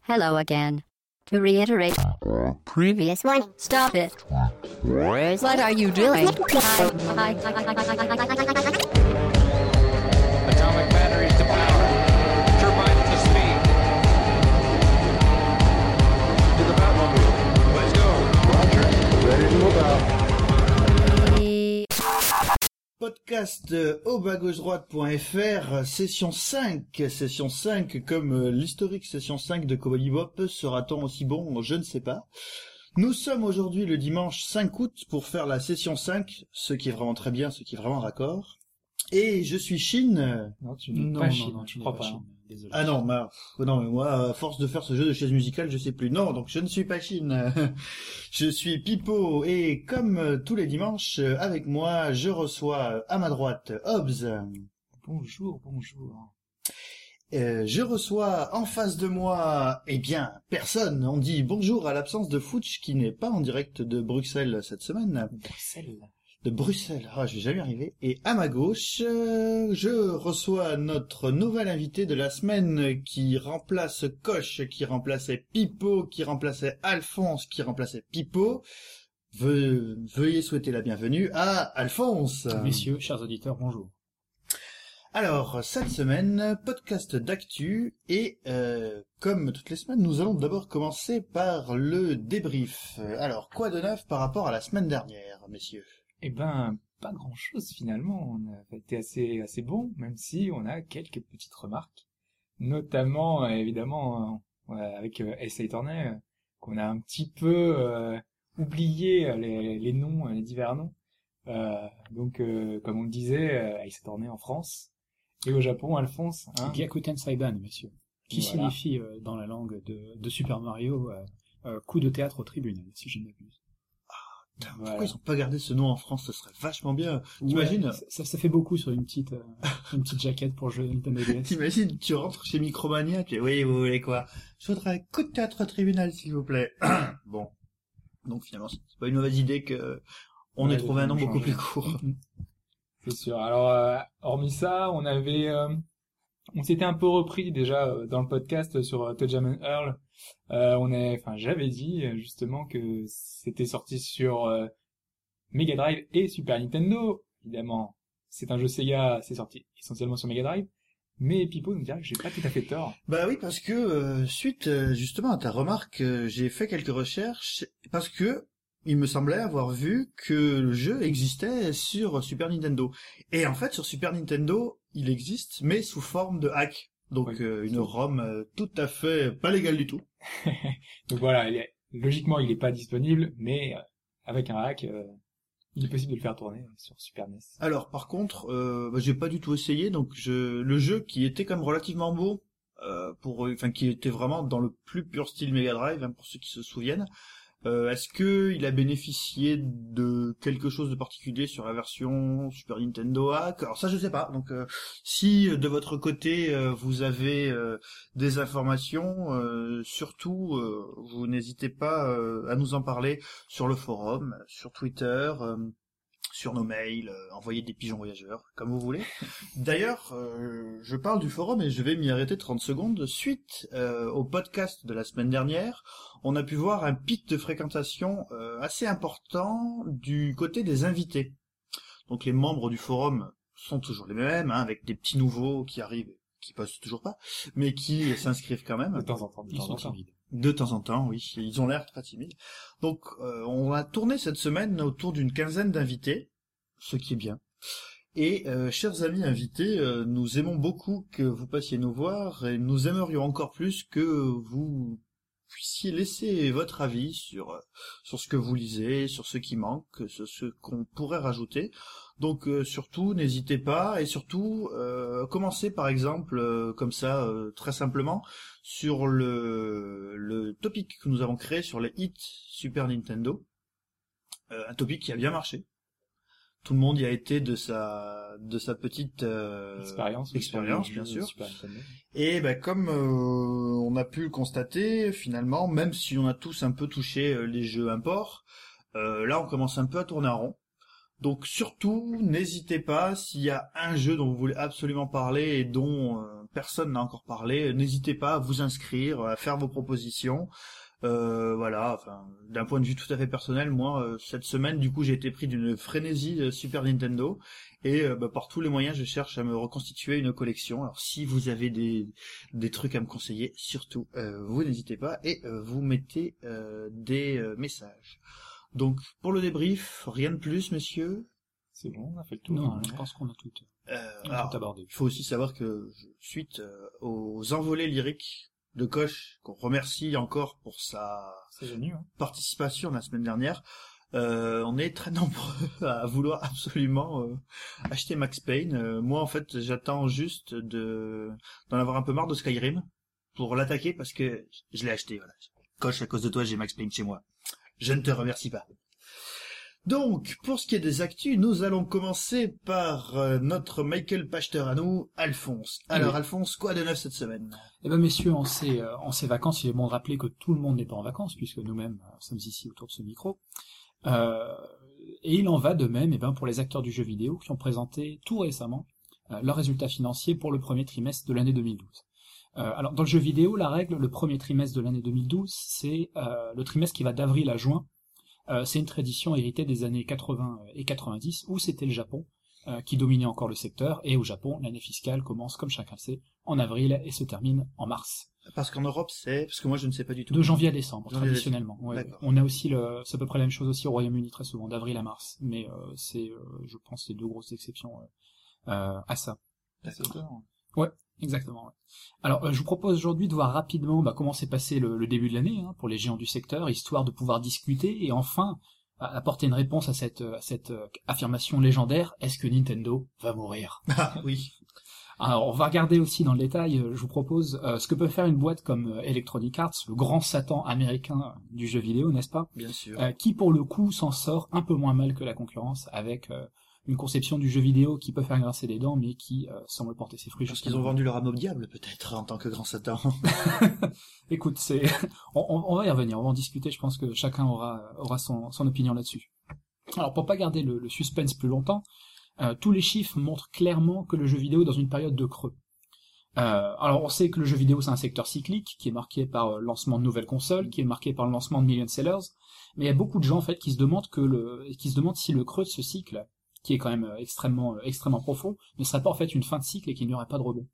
Hello again. To reiterate, previous one, stop it. What are you doing? Atomic batteries to power. Turbines to speed. To the Batmobile. Let's go. Roger. Ready to move out. Podcast au bas-gauche-droite.fr, session 5 comme l'historique session 5 de Cowboy Bebop. Sera-t-on aussi bon? Je ne sais pas. Nous sommes aujourd'hui le dimanche 5 août pour faire la session 5, ce qui est vraiment très bien, ce qui est vraiment raccord. Et je suis Shin. Non, tu n'es pas Chine. Non, tu crois pas. Chine. Désolé. Ah non, mais moi, à force de faire ce jeu de chaise musicale, je sais plus. Non, donc je ne suis pas Chine. Je suis Pipo et comme tous les dimanches, avec moi, je reçois à ma droite Hobbs. Bonjour. Je reçois en face de moi, personne. On dit bonjour à l'absence de Fouch qui n'est pas en direct de Bruxelles cette semaine. De Bruxelles, je vais jamais y arriver. Et à ma gauche, je reçois notre nouvel invité de la semaine qui remplace Koch, qui remplaçait Pipo, qui remplaçait Alphonse, qui remplaçait Pipo. Veuillez souhaiter la bienvenue à Alphonse. Messieurs, chers auditeurs, bonjour. Alors, cette semaine, podcast d'actu et comme toutes les semaines, nous allons d'abord commencer par le débrief. Alors, quoi de neuf par rapport à la semaine dernière, messieurs? Eh ben, pas grand-chose finalement. On a été assez bon, même si on a quelques petites remarques, notamment évidemment avec S.A. Tornay, qu'on a un petit peu oublié les noms, les divers noms. Donc, comme on le disait, S.A. Tornay en France et au Japon, Alphonse. Gyakuten Saiban, messieurs, qui voilà. signifie dans la langue de Super Mario coup de théâtre au tribunal, si je ne m'abuse. Pourquoi ils ont pas gardé ce nom en France? Ce serait vachement bien. T'imagines? Ça fait beaucoup sur une petite jaquette pour jouer Nintendo DS. T'imagines, tu rentres chez Micromania, tu dis, oui, vous voulez quoi? Je voudrais coup de théâtre au tribunal, s'il vous plaît. Bon. Donc finalement, c'est pas une mauvaise idée que on ait trouvé un nom beaucoup plus court. C'est sûr. Alors, hormis ça, on s'était un peu repris déjà dans le podcast sur ToeJam & Earl. J'avais dit justement que c'était sorti sur Mega Drive et Super Nintendo. Évidemment, c'est un jeu Sega, c'est sorti essentiellement sur Mega Drive. Mais Pipo nous dirait que j'ai pas tout à fait tort. Bah oui, parce que suite justement à ta remarque, j'ai fait quelques recherches parce que il me semblait avoir vu que le jeu existait sur Super Nintendo. Et en fait, sur Super Nintendo, il existe, mais sous forme de hack. Donc oui, une ROM tout à fait pas légale du tout. Donc voilà, logiquement, il est pas disponible, mais avec un hack, il est possible de le faire tourner sur Super NES. Alors, par contre, j'ai pas du tout essayé, donc le jeu qui était quand même relativement beau, qui était vraiment dans le plus pur style Mega Drive, pour ceux qui se souviennent. Est-ce que il a bénéficié de quelque chose de particulier sur la version Super Nintendo Hack? Alors ça, je sais pas. Donc, si de votre côté vous avez des informations, surtout, vous n'hésitez pas à nous en parler sur le forum, sur Twitter, sur nos mails, envoyer des pigeons voyageurs, comme vous voulez. D'ailleurs, je parle du forum et je vais m'y arrêter 30 secondes. Suite au podcast de la semaine dernière, on a pu voir un pic de fréquentation assez important du côté des invités. Donc les membres du forum sont toujours les mêmes, avec des petits nouveaux qui arrivent, qui postent toujours pas, mais qui s'inscrivent quand même. De temps en temps. Ils sont timides. De temps en temps, oui. Ils ont l'air très timides. Donc, on a tourné cette semaine autour d'une quinzaine d'invités, ce qui est bien. Et, chers amis invités, nous aimons beaucoup que vous passiez nous voir et nous aimerions encore plus que vous puissiez laisser votre avis sur ce que vous lisez, sur ce qui manque, sur ce qu'on pourrait rajouter. Donc surtout, n'hésitez pas, et surtout, commencez par exemple, comme ça, très simplement, sur le topic que nous avons créé sur les hits Super Nintendo. Un topic qui a bien marché. Tout le monde y a été de sa petite expérience bien sûr. Et comme on a pu le constater, finalement, même si on a tous un peu touché les jeux import, là on commence un peu à tourner en rond. Donc surtout, n'hésitez pas, s'il y a un jeu dont vous voulez absolument parler et dont personne n'a encore parlé, n'hésitez pas à vous inscrire, à faire vos propositions. Voilà, enfin, d'un point de vue tout à fait personnel, moi, cette semaine, du coup, j'ai été pris d'une frénésie de Super Nintendo, et par tous les moyens, je cherche à me reconstituer une collection. Alors, si vous avez des trucs à me conseiller, surtout, vous n'hésitez pas, et vous mettez des messages. Donc, pour le débrief, rien de plus, messieurs. C'est bon, on a fait le tour. Non, je pense qu'on a tout abordé. Il faut aussi savoir que, suite aux envolées lyriques de Koch, qu'on remercie encore pour sa participation la semaine dernière, on est très nombreux à vouloir absolument acheter Max Payne. Moi, en fait, j'attends juste d'en avoir un peu marre de Skyrim pour l'attaquer, parce que je l'ai acheté. Voilà. Koch, à cause de toi, j'ai Max Payne chez moi. Je ne te remercie pas. Donc, pour ce qui est des actus, nous allons commencer par notre Michael Pachter à nous, Alphonse. Alors, oui. Alphonse, quoi de neuf cette semaine? Eh ben, messieurs, en ces vacances, il est bon de rappeler que tout le monde n'est pas en vacances, puisque nous-mêmes sommes ici autour de ce micro. Et il en va de même, pour les acteurs du jeu vidéo qui ont présenté tout récemment leurs résultats financiers pour le premier trimestre de l'année 2012. Alors, dans le jeu vidéo, la règle, le premier trimestre de l'année 2012, c'est le trimestre qui va d'avril à juin. C'est une tradition héritée des années 80 et 90, où c'était le Japon qui dominait encore le secteur, et au Japon, l'année fiscale commence, comme chacun le sait, en avril et se termine en mars. Parce qu'en Europe, parce que moi je ne sais pas du tout. De janvier à décembre, traditionnellement. Ouais. On a aussi c'est à peu près la même chose aussi au Royaume-Uni très souvent, d'avril à mars. Mais je pense, c'est deux grosses exceptions à ça. D'accord. Ouais, exactement. Ouais. Alors, je vous propose aujourd'hui de voir rapidement comment s'est passé le début de l'année pour les géants du secteur, histoire de pouvoir discuter et enfin apporter une réponse à cette affirmation légendaire: est-ce que Nintendo va mourir? Ah oui. Alors, on va regarder aussi dans le détail, je vous propose ce que peut faire une boîte comme Electronic Arts, le grand Satan américain du jeu vidéo, n'est-ce pas? Bien sûr. Qui, pour le coup, s'en sort un peu moins mal que la concurrence, avec une conception du jeu vidéo qui peut faire grincer des dents, mais qui semble porter ses fruits. Parce qu'ils ont vendu leur âme au diable, peut-être, en tant que grand Satan. Écoute, on va y revenir, on va en discuter, je pense que chacun aura son opinion là-dessus. Alors, pour pas garder le suspense plus longtemps, tous les chiffres montrent clairement que le jeu vidéo est dans une période de creux. Alors on sait que le jeu vidéo c'est un secteur cyclique qui est marqué par le lancement de nouvelles consoles, qui est marqué par le lancement de million sellers, mais il y a beaucoup de gens en fait qui se demandent si le creux de ce cycle, qui est quand même extrêmement profond, ne serait pas en fait une fin de cycle et qu'il n'y aurait pas de rebond.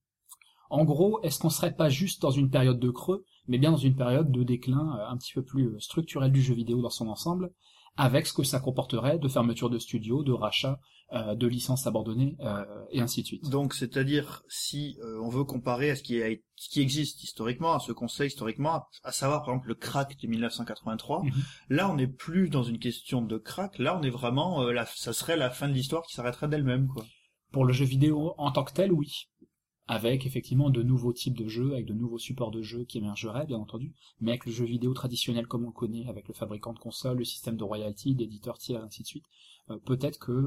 En gros, est-ce qu'on serait pas juste dans une période de creux, mais bien dans une période de déclin un petit peu plus structurel du jeu vidéo dans son ensemble, avec ce que ça comporterait de fermeture de studios, de rachats, de licences abandonnées, et ainsi de suite. Donc, c'est-à-dire, si on veut comparer à ce qui existe historiquement, à ce qu'on sait historiquement, à savoir par exemple le crack de 1983, là on n'est plus dans une question de crack, là on est vraiment, ça serait la fin de l'histoire qui s'arrêterait d'elle-même, quoi. Pour le jeu vidéo en tant que tel, oui. Avec effectivement de nouveaux types de jeux, avec de nouveaux supports de jeux qui émergeraient, bien entendu, mais avec le jeu vidéo traditionnel comme on le connaît, avec le fabricant de consoles, le système de royalty, d'éditeurs tiers, et ainsi de suite, peut-être que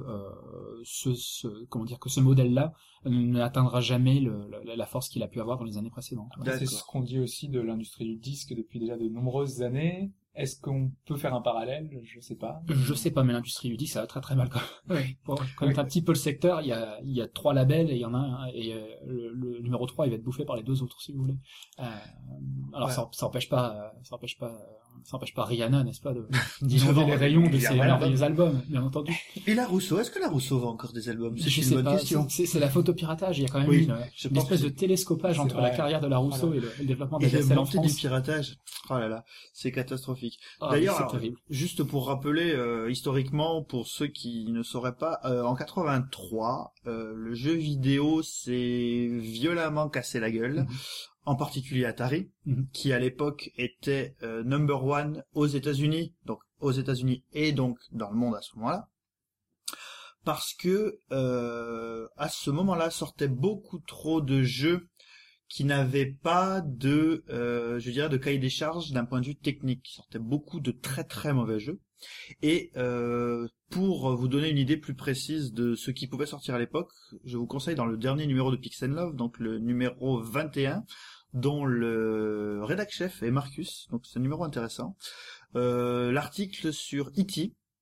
que ce modèle-là n'atteindra jamais la force qu'il a pu avoir dans les années précédentes. C'est ce qu'on dit aussi de l'industrie du disque depuis déjà de nombreuses années. Est-ce qu'on peut faire un parallèle? Je sais pas. Je sais pas, mais l'industrie du disque, ça va très très mal quand même. Oui. Pour connaître un petit peu le secteur, il y a 3 labels et il y en a un, et le numéro 3, il va être bouffé par les 2 autres, si vous voulez. Alors, ouais. ça empêche pas Rihanna, n'est-ce pas, d'inonder les rayons de ses merveilleux albums, bien entendu. Et la Rousseau, est-ce que la Rousseau vend encore des albums? Je sais pas, c'est la photopiratage, il y a quand même une espèce de télescopage entre la carrière de la Rousseau et le développement de la DSL en France. Du piratage. Oh là là, c'est catastrophique. D'ailleurs, juste pour rappeler historiquement, pour ceux qui ne sauraient pas, en 83, le jeu vidéo s'est violemment cassé la gueule, en particulier Atari, qui à l'époque était number one aux États-Unis, et donc dans le monde à ce moment-là, parce que à ce moment-là sortaient beaucoup trop de jeux qui n'avait pas de, de cahier des charges d'un point de vue technique. Il sortait beaucoup de très très mauvais jeux. Et pour vous donner une idée plus précise de ce qui pouvait sortir à l'époque, je vous conseille dans le dernier numéro de Pix & Love, donc le numéro 21, dont le rédac chef est Marcus, donc c'est un numéro intéressant. L'article sur E.T.,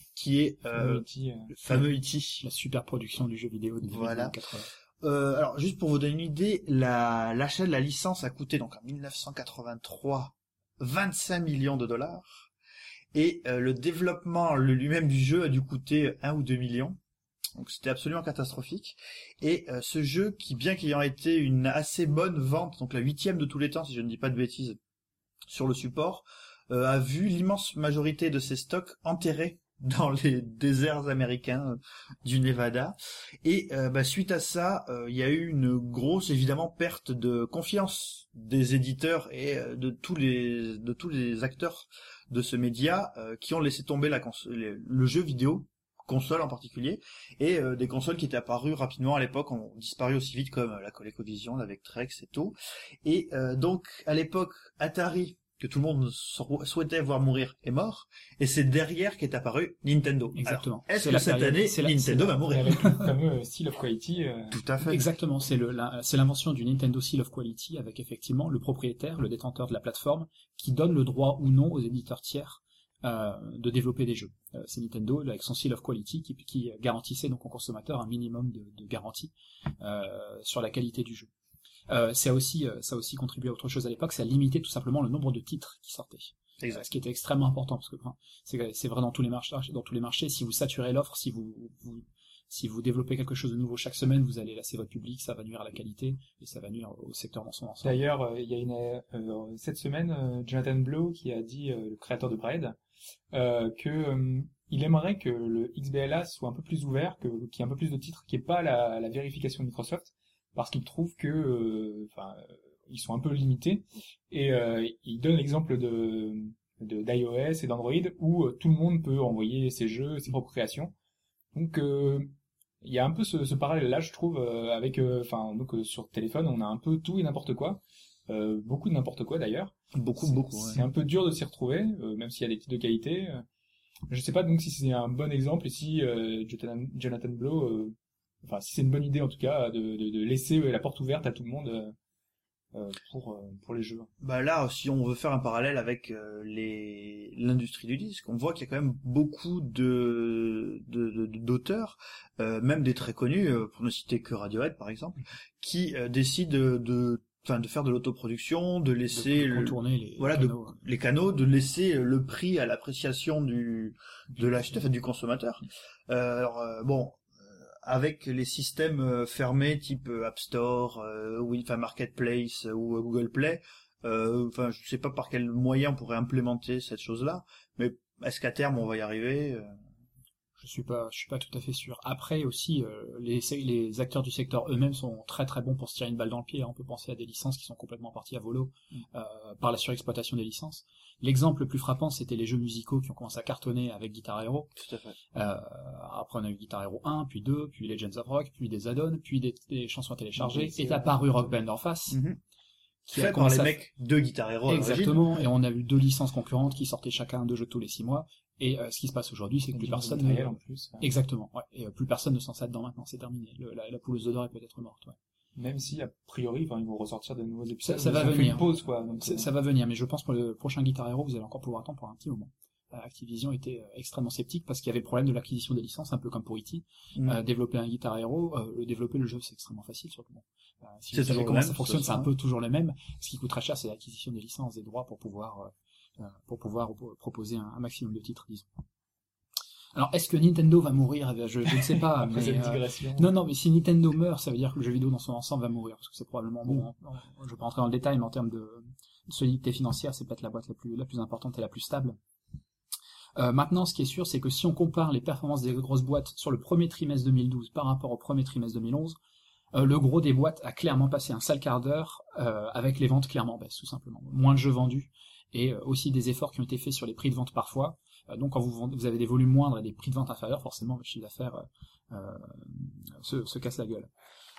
qui est le fameux E.T. La super production du jeu vidéo de Voilà. 80. Alors juste pour vous donner une idée, l'achat de la licence a coûté donc en 1983 25 millions de dollars et le développement lui-même du jeu a dû coûter 1 ou 2 millions. Donc c'était absolument catastrophique. Et ce jeu, qui bien qu'ayant été une assez bonne vente, donc la 8e de tous les temps si je ne dis pas de bêtises, sur le support, a vu l'immense majorité de ses stocks enterrés dans les déserts américains du Nevada. Et suite à ça, il y a eu une grosse évidemment perte de confiance des éditeurs et de tous les acteurs de ce média qui ont laissé tomber le jeu vidéo, console en particulier, et des consoles qui étaient apparues rapidement à l'époque ont disparu aussi vite, comme la ColecoVision avec Trex et tout. Et donc à l'époque, Atari, que tout le monde souhaitait voir mourir, est mort, et c'est derrière qu'est apparu Nintendo. Exactement. Alors, est-ce que cette année, Nintendo va mourir? Avec le fameux Seal of Quality. Tout à fait. Exactement, c'est l'invention du Nintendo Seal of Quality, avec effectivement le propriétaire, le détenteur de la plateforme, qui donne le droit ou non aux éditeurs tiers de développer des jeux. C'est Nintendo avec son Seal of Quality qui garantissait donc aux consommateurs un minimum de garantie sur la qualité du jeu. Ça a aussi contribué à autre chose à l'époque, ça a limité tout simplement le nombre de titres qui sortaient. Exact. Ce qui était extrêmement important, parce que c'est vrai dans tous les marchés, si vous saturez l'offre, si vous développez quelque chose de nouveau chaque semaine, vous allez lasser votre public, ça va nuire à la qualité, et ça va nuire au secteur dans son ensemble. D'ailleurs, il y a cette semaine, Jonathan Blow qui a dit, le créateur de Braid, que il aimerait que le XBLA soit un peu plus ouvert, qu'il y ait un peu plus de titres, qu'il n'y ait pas la vérification de Microsoft, parce qu'il trouve que ils sont un peu limités, et il donne l'exemple d'iOS et d'Android où tout le monde peut envoyer ses jeux, ses propres créations. Donc il y a un peu ce parallèle là, je trouve, avec sur téléphone on a un peu tout et n'importe quoi, beaucoup de n'importe quoi d'ailleurs. Beaucoup. C'est un peu dur de s'y retrouver, même s'il y a des titres de qualité. Je sais pas donc si c'est un bon exemple et si Jonathan Blow, si c'est une bonne idée en tout cas de laisser la porte ouverte à tout le monde pour les jeux. Bah là, si on veut faire un parallèle avec l'industrie du disque, on voit qu'il y a quand même beaucoup d'auteurs, même des très connus, pour ne citer que Radiohead par exemple, qui décident de faire de l'autoproduction, de laisser contourner les canaux, de laisser le prix à l'appréciation de l'acheteur, du consommateur. Avec les systèmes fermés type App Store, Marketplace ou Google Play, je sais pas par quel moyen on pourrait implémenter cette chose-là, mais est-ce qu'à terme on va y arriver? Je suis pas tout à fait sûr. Après aussi, les acteurs du secteur eux-mêmes sont très très bons pour se tirer une balle dans le pied. On peut penser à des licences qui sont complètement parties à volo par la surexploitation des licences. L'exemple le plus frappant, c'était les jeux musicaux qui ont commencé à cartonner avec Guitar Hero. Tout à fait. Après, on a eu Guitar Hero 1, puis 2, puis Legends of Rock, puis des add-ons, puis des chansons téléchargées. Et apparu Rock Band en face. Qui fait par les mecs de Guitar Hero. Exactement. Et on a eu 2 licences concurrentes qui sortaient chacun 2 jeux tous les 6 mois. Et ce qui se passe aujourd'hui, c'est que plus personne en plus. Exactement. Ouais. Et plus personne ne s'en sert dedans maintenant. C'est terminé. La poule aux œufs d'or est peut-être morte. Ouais. Même si, a priori, ils vont ressortir de nouveaux épisodes. Ça va venir. Une pause, quoi. Donc, ça va venir, mais je pense que pour le prochain Guitar Hero, vous allez encore pouvoir attendre pour un petit moment. Activision était extrêmement sceptique parce qu'il y avait le problème de l'acquisition des licences, un peu comme pour E.T. Développer un Guitar Hero, développer le jeu, c'est extrêmement facile, surtout. Si vous savez comment ça fonctionne, c'est un peu toujours le même. Ce qui coûte très cher, c'est l'acquisition des licences, des droits pour pouvoir proposer un maximum de titres, disons. Alors, est-ce que Nintendo va mourir? Je ne sais pas. Après cette digression. Non, mais si Nintendo meurt, ça veut dire que le jeu vidéo dans son ensemble va mourir, parce que c'est probablement je vais pas rentrer dans le détail, mais en termes de solidité financière, c'est peut-être la boîte la plus importante et la plus stable. Maintenant, ce qui est sûr, c'est que si on compare les performances des grosses boîtes sur le premier trimestre 2012 par rapport au premier trimestre 2011, le gros des boîtes a clairement passé un sale quart d'heure, avec les ventes clairement en baisse, tout simplement. Moins de jeux vendus, et aussi des efforts qui ont été faits sur les prix de vente parfois. Donc quand vous avez des volumes moindres et des prix de vente inférieurs, forcément le chiffre d'affaires se casse la gueule.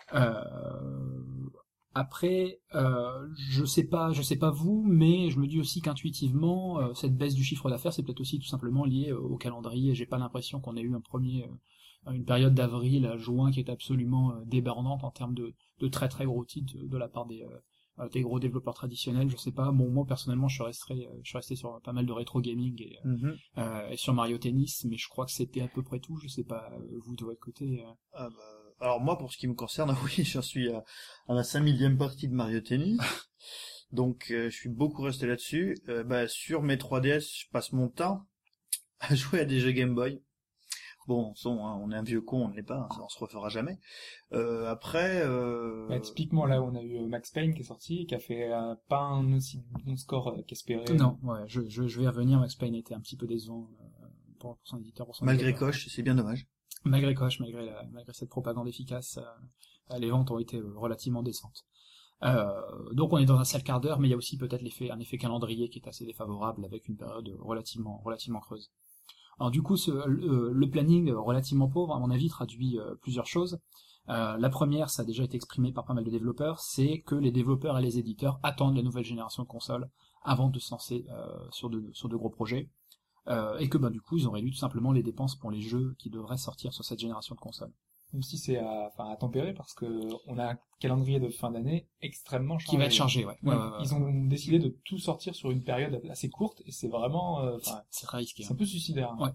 Après, je sais pas vous, mais je me dis aussi qu'intuitivement, cette baisse du chiffre d'affaires, c'est peut-être aussi tout simplement lié au calendrier. J'ai pas l'impression qu'on ait eu une période d'avril à juin qui est absolument débordante en termes de très très gros titres de la part des gros développeurs traditionnels, je sais pas. Bon, moi personnellement, je suis resté sur pas mal de rétro gaming et sur Mario Tennis, mais je crois que c'était à peu près tout. Je sais pas, vous de votre côté. Ah bah, alors moi, pour ce qui me concerne, oui, j'en suis à la 5000e partie de Mario Tennis. Donc, je suis beaucoup resté là-dessus. Sur mes 3DS, je passe mon temps à jouer à des jeux Game Boy. Bon, on est un vieux con, on ne l'est pas, ça, on se refera jamais. Après... typiquement, là, on a eu Max Payne qui est sorti, qui a fait pas un aussi bon score qu'espéré. Non, ouais, je vais y revenir. Max Payne était un petit peu décevant pour son éditeur. Malgré Koch, c'est bien dommage. Malgré Koch, malgré cette propagande efficace, les ventes ont été relativement décentes. Donc on est dans un sale quart d'heure, mais il y a aussi peut-être un effet calendrier qui est assez défavorable avec une période relativement creuse. Alors du coup, le planning relativement pauvre, à mon avis, traduit plusieurs choses. La première, ça a déjà été exprimé par pas mal de développeurs, c'est que les développeurs et les éditeurs attendent la nouvelle génération de consoles avant de se lancer sur de gros projets, et que du coup, ils ont réduit tout simplement les dépenses pour les jeux qui devraient sortir sur cette génération de consoles. Même si c'est à tempérer, parce que on a un calendrier de fin d'année extrêmement chargé. Qui va être chargé, ouais. Ils ont décidé de tout sortir sur une période assez courte, et c'est vraiment, c'est très risqué. C'est un peu suicidaire. Ouais,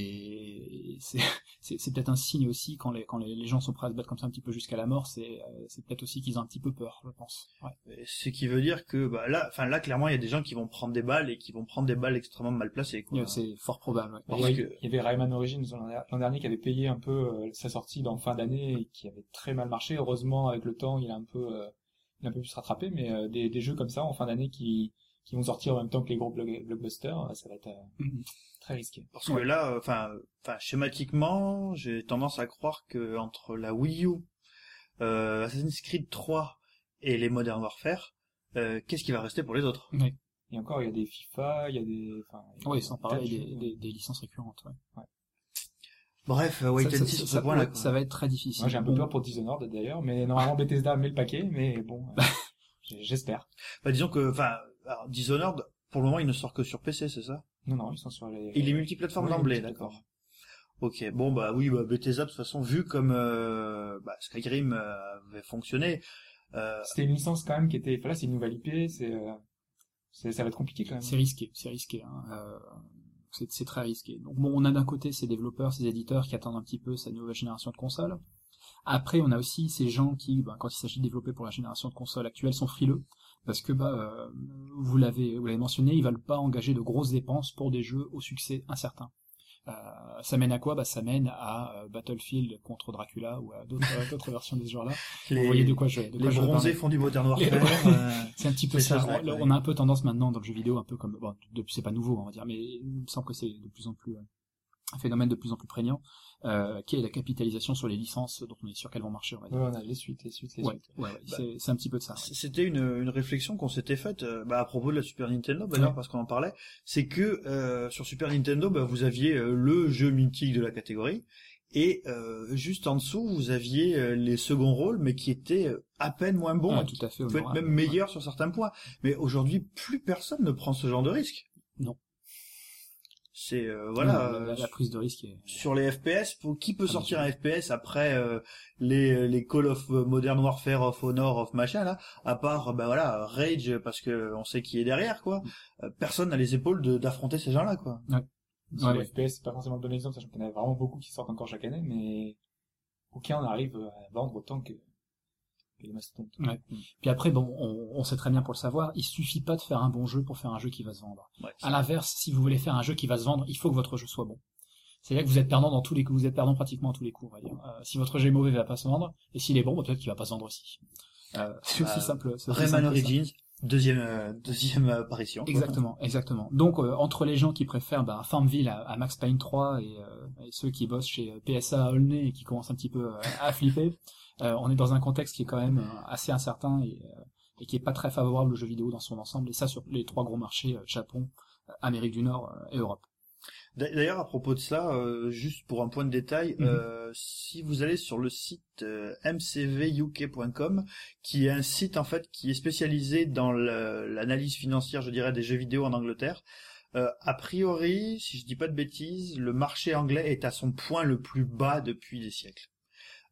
c'est peut-être un signe aussi quand les gens sont prêts à se battre comme ça un petit peu jusqu'à la mort, c'est peut-être aussi qu'ils ont un petit peu peur, je pense. Ouais. Ce qui veut dire que là clairement il y a des gens qui vont prendre des balles et qui vont prendre des balles extrêmement mal placées, quoi. C'est fort probable. Ouais. Il y avait Rayman Origins l'an dernier qui avait payé un peu sa sortie dans fin d'année et qui avait très mal marché. Heureusement, avec le temps, il a un peu pu se rattraper, mais des jeux comme ça en fin d'année qui vont sortir en même temps que les gros blockbusters, ça va être très risqué. Parce que là, schématiquement, j'ai tendance à croire que entre la Wii U, Assassin's Creed 3 et les Modern Warfare, qu'est-ce qui va rester pour les autres? Oui. Et encore, il y a des FIFA, il y a des... Oui, sans parler des licences récurrentes, ouais. Bref, wait and see sur ce point-là. Ça va être très difficile. Moi, j'ai un peu peur pour Dishonored, d'ailleurs, mais normalement, Bethesda met le paquet, mais bon, j'espère. Disons que, Dishonored, pour le moment, il ne sort que sur PC, c'est ça? Non, ils sont sur les... Il est multiplateforme d'emblée, d'accord. Ok, bon, Bethesda, de toute façon, vu comme Skyrim avait fonctionné... C'était une licence, quand même, qui était... Enfin, là, c'est une nouvelle IP, ça va être compliqué, quand même. C'est risqué, hein. C'est très risqué. Donc bon, on a d'un côté ces développeurs, ces éditeurs qui attendent un petit peu cette nouvelle génération de consoles. Après, on a aussi ces gens qui, quand il s'agit de développer pour la génération de consoles actuelle, sont frileux. Parce que, vous l'avez mentionné, ils veulent pas engager de grosses dépenses pour des jeux au succès incertain. Ça mène à quoi? Ça mène à Battlefield contre Dracula ou à d'autres versions de ce genre-là. Vous voyez de quoi je Les bronzés font du Modern Warfare. C'est un petit peu ça. On a un peu tendance maintenant dans le jeu vidéo, un peu comme, depuis c'est pas nouveau, on va dire, mais il me semble que c'est de plus en plus un phénomène de plus en plus prégnant, qui est la capitalisation sur les licences dont on est sûr qu'elles vont marcher, on va dire. Ouais, on a les suites. Ouais, c'est un petit peu de ça. C'était une réflexion qu'on s'était faite, à propos de la Super Nintendo, d'ailleurs, parce qu'on en parlait. C'est que, sur Super Nintendo, vous aviez le jeu mythique de la catégorie, et juste en dessous, vous aviez les seconds rôles, mais qui étaient à peine moins bons, tout à fait, peut-être même meilleurs sur certains points. Mais aujourd'hui, plus personne ne prend ce genre de risque. Non. C'est la prise de risque est... Sur les FPS, qui peut sortir un FPS après les Call of Modern Warfare, of Honor, of machin là, à part Rage, parce que on sait qui est derrière, quoi. Personne n'a les épaules d'affronter ces gens-là, quoi. Sur les FPS, c'est pas forcément le bon exemple, sachant qu'il y en a vraiment beaucoup qui sortent encore chaque année, mais aucun n'arrive à vendre autant que les mastodontes. Ouais. Puis après, on sait très bien pour le savoir, il suffit pas de faire un bon jeu pour faire un jeu qui va se vendre. À l'inverse, si vous voulez faire un jeu qui va se vendre, il faut que votre jeu soit bon. C'est-à-dire que vous êtes perdant vous êtes perdant pratiquement à tous les coups, on va dire. Si votre jeu est mauvais, il va pas se vendre, et s'il est bon, peut-être qu'il va pas se vendre aussi. C'est aussi simple. Rayman Origins, deuxième apparition. Exactement. Donc, entre les gens qui préfèrent Farmville à Max Payne 3 et ceux qui bossent chez PSA à Aulnay et qui commencent un petit peu à flipper, on est dans un contexte qui est quand même assez incertain et qui est pas très favorable au jeu vidéo dans son ensemble, et ça sur les trois gros marchés, Japon, Amérique du Nord et Europe. D'ailleurs, à propos de ça, juste pour un point de détail, si vous allez sur le site mcvuk.com, qui est un site en fait qui est spécialisé dans l'analyse financière, je dirais, des jeux vidéo en Angleterre, a priori, si je dis pas de bêtises, le marché anglais est à son point le plus bas depuis des siècles.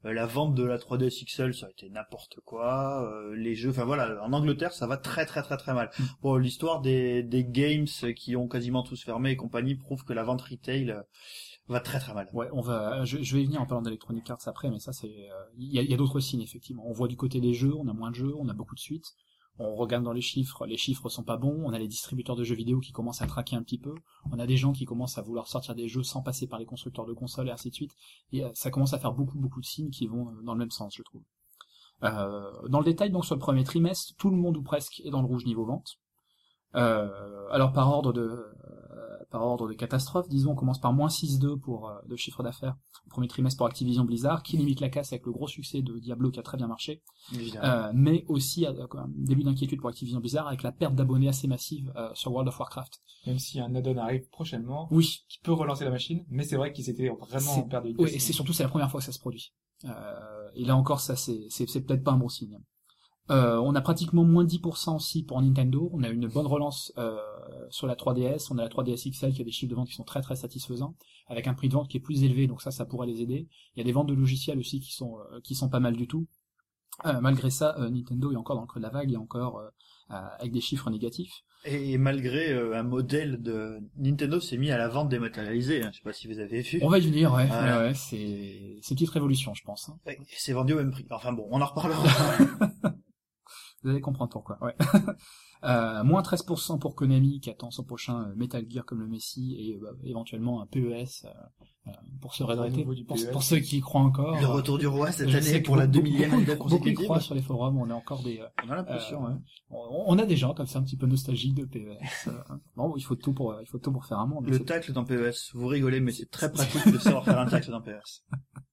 La vente de la 3DS XL, ça a été n'importe quoi. Les jeux, enfin voilà, en Angleterre, ça va très très très très mal. Bon, l'histoire des games qui ont quasiment tous fermé et compagnie prouve que la vente retail va très très mal. Ouais, je vais y venir en parlant d'Electronic Arts après, mais ça c'est, il y a d'autres signes effectivement. On voit du côté des jeux, on a moins de jeux, on a beaucoup de suites. On regarde dans les chiffres sont pas bons, on a les distributeurs de jeux vidéo qui commencent à traquer un petit peu, on a des gens qui commencent à vouloir sortir des jeux sans passer par les constructeurs de consoles et ainsi de suite, et ça commence à faire beaucoup de signes qui vont dans le même sens, je trouve. Dans le détail, donc sur le premier trimestre, tout le monde ou presque est dans le rouge niveau vente. Alors par ordre de catastrophe, disons, on commence par moins 6,2 pour de chiffre d'affaires au premier trimestre pour Activision Blizzard, qui limite la casse avec le gros succès de Diablo qui a très bien marché, mais aussi un début d'inquiétude pour Activision Blizzard avec la perte d'abonnés assez massive sur World of Warcraft. Même si un add-on arrive prochainement, oui, qui peut relancer la machine, mais c'est vrai qu'ils étaient vraiment en perte de vitesse. Oui, et c'est surtout c'est la première fois que ça se produit. Et là encore, ça c'est peut-être pas un bon signe. On a pratiquement moins 10% aussi pour Nintendo. On a une bonne relance sur la 3DS. On a la 3DS XL qui a des chiffres de vente qui sont très très satisfaisants, avec un prix de vente qui est plus élevé, donc ça pourrait les aider. Il y a des ventes de logiciels aussi qui sont pas mal du tout. Malgré ça, Nintendo est encore dans le creux de la vague et encore avec des chiffres négatifs. Et malgré un modèle de Nintendo s'est mis à la vente dématérialisée, hein. Je sais pas si vous avez vu. On va y venir, ouais, c'est une petite révolution, je pense. Hein. Et c'est vendu au même prix. Enfin bon, on en reparlera. Vous allez comprendre pourquoi, ouais. Moins 13% pour Konami qui attend son prochain Metal Gear comme le Messi et éventuellement un PES pour se réhydrater. Pour ceux qui y croient encore. Le retour du roi cette année pour la 2000e année consécutive. Beaucoup y croient sur les forums, on a encore des... on a l'impression, hein. On a des gens comme ça un petit peu nostalgiques de PES. Bon, il faut tout pour faire un monde. Le tacle dans PES, vous rigolez, mais c'est très pratique de savoir faire un tacle dans PES.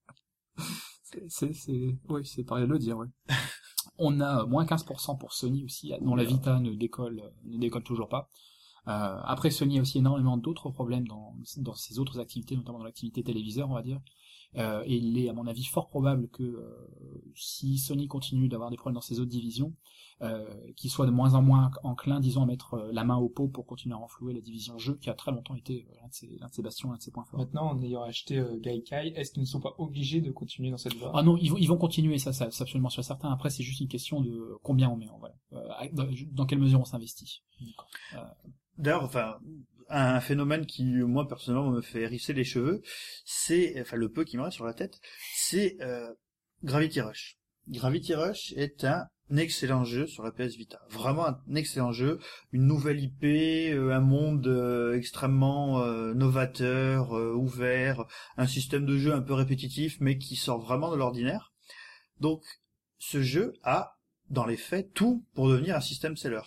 Oui, c'est pareil de le dire, oui. On a moins 15% pour Sony aussi, dont la Vita ne décolle toujours pas. Après, Sony a aussi énormément d'autres problèmes dans ses autres activités, notamment dans l'activité téléviseur, on va dire. Et il est, à mon avis, fort probable que si Sony continue d'avoir des problèmes dans ses autres divisions, qu'il soit de moins en moins enclin, disons, à mettre la main au pot pour continuer à renflouer la division jeu, qui a très longtemps été l'un de ses bastions, l'un de ses points forts. Maintenant, en ayant acheté Gaikai, est-ce qu'ils ne sont pas obligés de continuer dans cette voie? Ah non, ils vont continuer, ça c'est absolument sûr certain. Après, c'est juste une question de combien on met, voilà. Dans quelle mesure on s'investit. D'ailleurs, enfin, un phénomène qui, moi, personnellement, me fait hérisser les cheveux, c'est, enfin, le peu qui me reste sur la tête, c'est Gravity Rush. Gravity Rush est un excellent jeu sur la PS Vita. Vraiment un excellent jeu, une nouvelle IP, un monde extrêmement novateur, ouvert, un système de jeu un peu répétitif, mais qui sort vraiment de l'ordinaire. Donc, ce jeu a, dans les faits, tout pour devenir un système seller.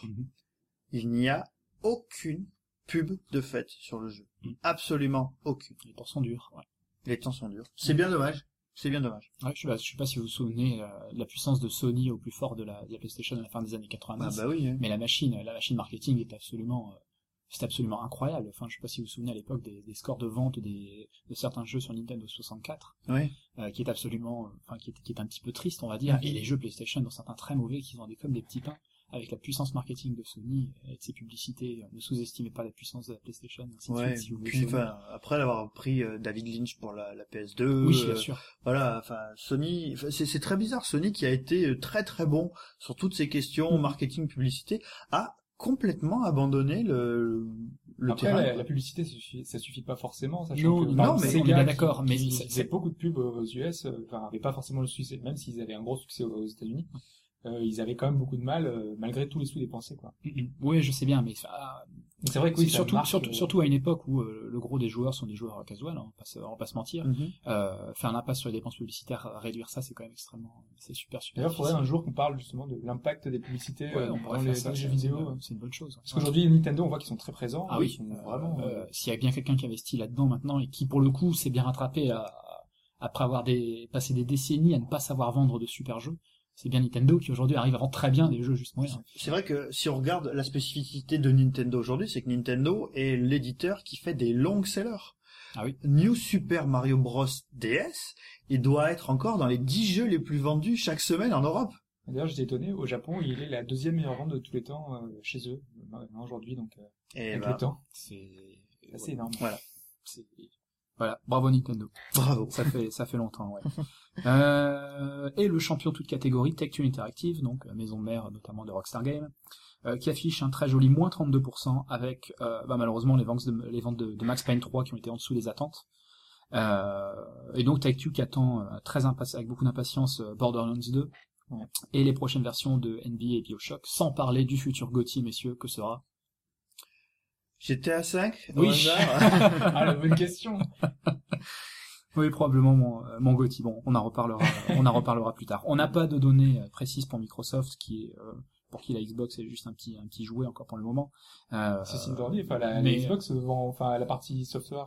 Il n'y a aucune pub de fait sur le jeu. Absolument aucune. Les temps sont durs, ouais. Les temps sont durs. C'est bien dommage. C'est bien dommage. Ouais, je sais pas si vous vous souvenez de la puissance de Sony au plus fort de la PlayStation à la fin des années 90. Ah bah oui. Hein. Mais la machine marketing est absolument incroyable. Enfin, je sais pas si vous vous souvenez à l'époque des scores de vente de certains jeux sur Nintendo 64. Oui. Qui est absolument, qui est un petit peu triste, on va dire. Et les jeux PlayStation, dont certains très mauvais, qui vendaient comme des petits pains. Avec la puissance marketing de Sony et de ses publicités, ne sous-estimez pas la puissance de la PlayStation. Ainsi de suite, si vous puis enfin, après l'avoir pris David Lynch pour la PS2, oui, bien sûr. Voilà, enfin Sony, c'est très bizarre. Sony qui a été très très bon sur toutes ces questions marketing, publicité, a complètement abandonné le après, terrain. la publicité, ça suffit pas forcément, sachant que non, mais on est bien d'accord, mais c'est beaucoup de pubs aux US, avaient pas forcément le succès, même s'ils avaient un gros succès aux États-Unis. Ils avaient quand même beaucoup de mal, malgré tous les sous dépensés, quoi. Oui, je sais bien, mais c'est vrai que oui, surtout à une époque où le gros des joueurs sont des joueurs casual, hein, on va pas se mentir. Faire un impasse sur les dépenses publicitaires, réduire ça, c'est quand même c'est super. D'ailleurs, il faudrait un jour qu'on parle justement de l'impact des publicités dans les jeux vidéo. C'est une bonne chose. Parce qu'aujourd'hui, Nintendo, on voit qu'ils sont très présents. Ah oui, ils sont vraiment. S'il y a bien quelqu'un qui investit là-dedans maintenant et qui, pour le coup, s'est bien rattrapé après avoir passé des décennies à ne pas savoir vendre de super jeux. C'est bien Nintendo qui aujourd'hui arrive à vendre très bien des jeux juste moyens. C'est vrai que si on regarde la spécificité de Nintendo aujourd'hui, c'est que Nintendo est l'éditeur qui fait des long sellers. Ah oui. New Super Mario Bros DS, il doit être encore dans les 10 jeux les plus vendus chaque semaine en Europe. D'ailleurs, j'étais étonné, au Japon, il est la deuxième meilleure vente de tous les temps chez eux, aujourd'hui, donc avec le temps. C'est assez énorme. Voilà. Voilà, bravo Nintendo. Bravo. Ça fait longtemps, ouais. Et le champion toute catégorie, Take-Two Interactive, donc maison mère notamment de Rockstar Games, qui affiche un très joli moins 32% avec malheureusement les ventes de Max Payne 3 qui ont été en dessous des attentes. Et donc Take-Two qui attend avec beaucoup d'impatience Borderlands 2 et les prochaines versions de NBA et BioShock, sans parler du futur GOTY, messieurs, que sera GTA 5 Oui. Ah, la bonne question. Oui, probablement mon GOTY. Bon, on en reparlera plus tard. On n'a pas de données précises pour Microsoft, pour qui la Xbox est juste un petit jouet encore pour le moment. C'est Silverly, la Xbox vend, la partie software,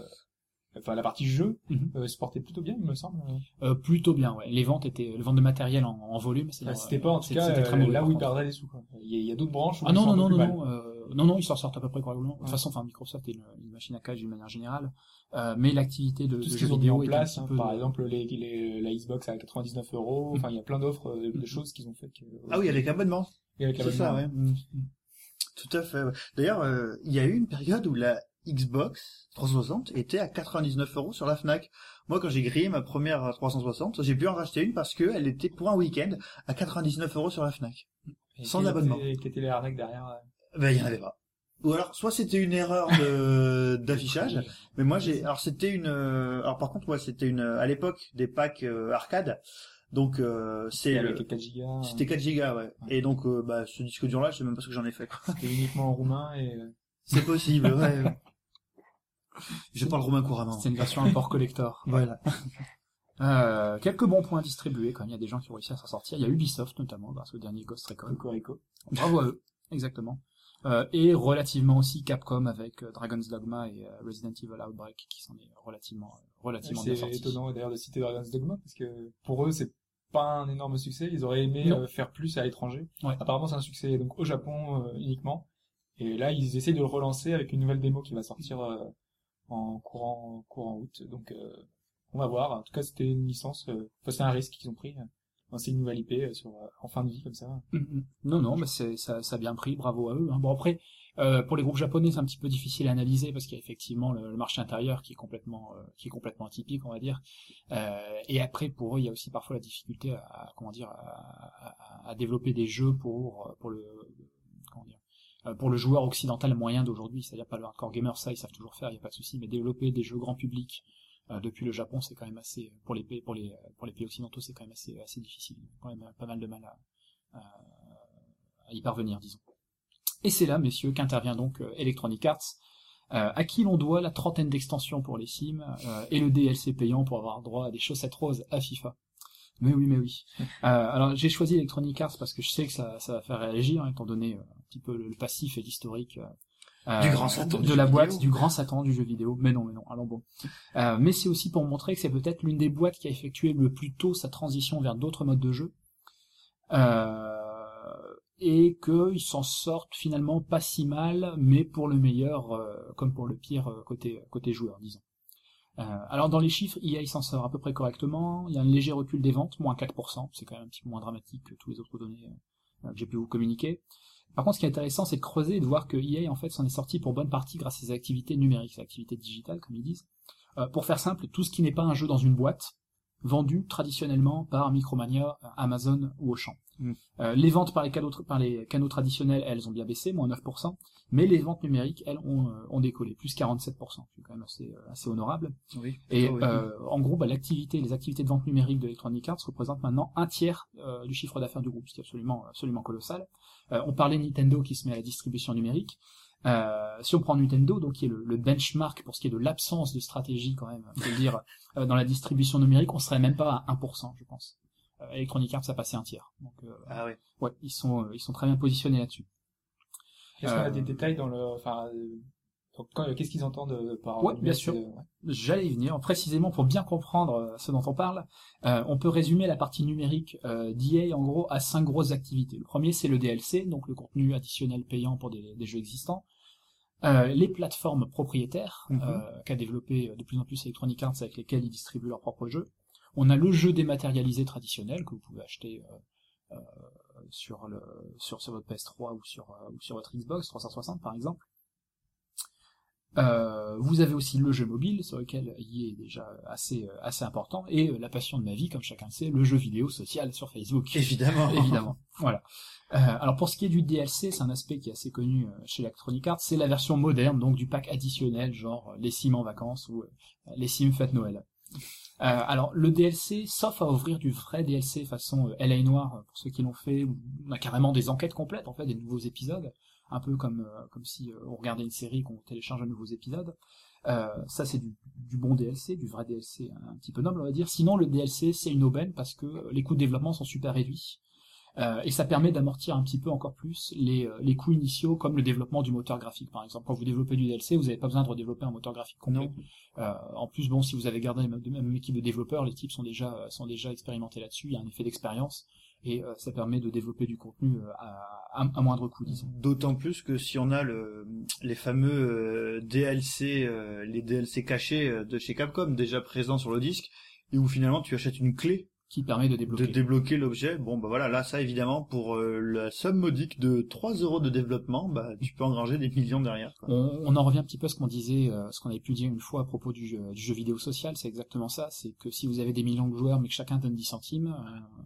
la partie jeu se portait plutôt bien, il me semble. Plutôt bien, ouais. Les ventes de matériel en volume, c'était pas en tout cas très mauvais, là où ils perdraient des sous, quoi. Il y a d'autres branches où ah non, ils s'en sortent à peu près correctement. De toute façon, Microsoft est une machine à cash d'une manière générale, mais l'activité de tout ce jeux qu'ils ont mis en vidéo place, est un petit peu par exemple la Xbox à 99€, il y a plein d'offres de choses qu'ils ont fait Ah oui, avec abonnement. Et avec C'est ça, ouais. Tout à fait. Ouais. D'ailleurs, il y a eu une période où la Xbox 360 était à 99€ sur la Fnac. Moi, quand j'ai grillé ma première 360, j'ai pu en racheter une parce que elle était pour un week-end à 99€ sur la Fnac. Sans abonnement. Qui était les arnaques derrière? Ben, il y en avait pas. Ou alors, soit c'était une erreur d'affichage, mais moi alors par contre, c'était à l'époque des packs arcade. Donc avec 4 gigas. C'était 4 gigas, ouais. Et donc ce disque dur là, je sais même pas ce que j'en ai fait, quoi. C'était uniquement en roumain et c'est possible, ouais. Je parle roumain couramment. C'est une version import collector. Voilà. Quelques bons points distribués quand même, il y a des gens qui ont réussi à s'en sortir. Il y a Ubisoft notamment grâce au dernier Ghost Recon. Cocorico. Bravo à eux, exactement. Et relativement aussi Capcom avec Dragon's Dogma et Resident Evil Outbreak qui sont relativement bien sortis. C'est étonnant d'ailleurs de citer Dragon's Dogma parce que pour eux c'est pas un énorme succès, ils auraient aimé faire plus à l'étranger. Ouais. Apparemment c'est un succès donc au Japon uniquement. Et là ils essaient de le relancer avec une nouvelle démo qui va sortir en courant août. Donc on va voir. En tout cas c'était une licence, c'est un risque qu'ils ont pris. C'est une nouvelle IP en fin de vie comme ça. Non, mais ça a bien pris, bravo à eux. Hein. Bon après, pour les groupes japonais, c'est un petit peu difficile à analyser parce qu'il y a effectivement le marché intérieur qui est complètement atypique, on va dire. Et après, pour eux, il y a aussi parfois la difficulté à développer des jeux pour le joueur occidental moyen d'aujourd'hui, c'est-à-dire pas le hardcore gamer, ça ils savent toujours faire, il y a pas de souci, mais développer des jeux grand public depuis le Japon, c'est quand même assez pour les pays occidentaux, c'est quand même assez difficile. Quand même pas mal de mal à y parvenir, disons. Et c'est là, messieurs, qu'intervient donc Electronic Arts, à qui l'on doit la 30aine d'extensions pour les Sims et le DLC payant pour avoir droit à des chaussettes roses à FIFA. Mais oui. Alors j'ai choisi Electronic Arts parce que je sais que ça va faire réagir, étant donné un petit peu le passif et l'historique du grand Satan de la boîte, du grand Satan du jeu vidéo. Mais non, allons bon. Mais c'est aussi pour montrer que c'est peut-être l'une des boîtes qui a effectué le plus tôt sa transition vers d'autres modes de jeu. Et qu'ils s'en sortent finalement pas si mal, mais pour le meilleur comme pour le pire côté joueur, disons. Alors dans les chiffres, EA s'en sort à peu près correctement, il y a un léger recul des ventes, moins 4%, c'est quand même un petit peu moins dramatique que tous les autres données que j'ai pu vous communiquer. Par contre, ce qui est intéressant, c'est de creuser et de voir que EA en fait s'en est sorti pour bonne partie grâce à ses activités numériques, ses activités digitales comme ils disent. Pour faire simple, tout ce qui n'est pas un jeu dans une boîte, vendu traditionnellement par Micromania, Amazon ou Auchan. Les ventes par les canaux traditionnels, elles ont bien baissé, moins 9%, mais les ventes numériques, elles, ont décollé, plus 47%. C'est quand même assez honorable. Oui. Et en gros, les activités de vente numérique de Electronic Arts représentent maintenant un tiers du chiffre d'affaires du groupe, ce qui est absolument colossal. On parlait Nintendo qui se met à la distribution numérique. Si on prend Nintendo, donc qui est le benchmark pour ce qui est de l'absence de stratégie quand même, faut le dire, dans la distribution numérique, on serait même pas à 1%, je pense. Electronic Arts a passé un tiers. Donc, ouais, ils sont très bien positionnés là-dessus. Est-ce qu'on a des détails dans qu'est-ce qu'ils entendent par... Ouais, bien sûr. J'allais y venir. Précisément, pour bien comprendre ce dont on parle, on peut résumer la partie numérique d'EA, en gros, à 5 grosses activités. Le premier, c'est le DLC, donc le contenu additionnel payant pour des jeux existants. Les plateformes propriétaires, qu'a développé de plus en plus Electronic Arts, avec lesquelles ils distribuent leurs propres jeux. On a le jeu dématérialisé traditionnel, que vous pouvez acheter sur votre PS3 ou sur votre Xbox 360 par exemple. Vous avez aussi le jeu mobile, sur lequel il est déjà assez important, et la passion de ma vie, comme chacun le sait, le jeu vidéo social sur Facebook. Évidemment. Évidemment. Voilà. Alors pour ce qui est du DLC, c'est un aspect qui est assez connu chez Electronic Arts, c'est la version moderne, donc du pack additionnel, genre les Sims en vacances ou les Sims fête Noël. Alors le DLC, sauf à ouvrir du vrai DLC façon LA Noire, pour ceux qui l'ont fait, où on a carrément des enquêtes complètes, en fait, des nouveaux épisodes, un peu comme si on regardait une série, qu'on télécharge de nouveaux épisodes. Ça c'est du bon DLC, du vrai DLC un petit peu noble, on va dire. Sinon le DLC c'est une aubaine parce que les coûts de développement sont super réduits. Et ça permet d'amortir un petit peu encore plus les coûts initiaux, comme le développement du moteur graphique par exemple. Quand vous développez du DLC, vous n'avez pas besoin de redévelopper un moteur graphique complet. En plus, bon, si vous avez gardé la même équipe de développeurs, les types sont déjà expérimentés là-dessus. Il y a un effet d'expérience et ça permet de développer du contenu à moindre coût, disons. D'autant plus que si on a les fameux DLC, les DLC cachés de chez Capcom déjà présents sur le disque, et où finalement tu achètes une clé qui permet de débloquer l'objet. Bon, bah voilà, là, ça, évidemment, pour la somme modique de 3 € de développement, bah, tu peux engranger des millions derrière, quoi. On en revient un petit peu à ce qu'on disait, ce qu'on avait pu dire une fois à propos du jeu vidéo social, c'est exactement ça, c'est que si vous avez des millions de joueurs, mais que chacun donne 10 centimes,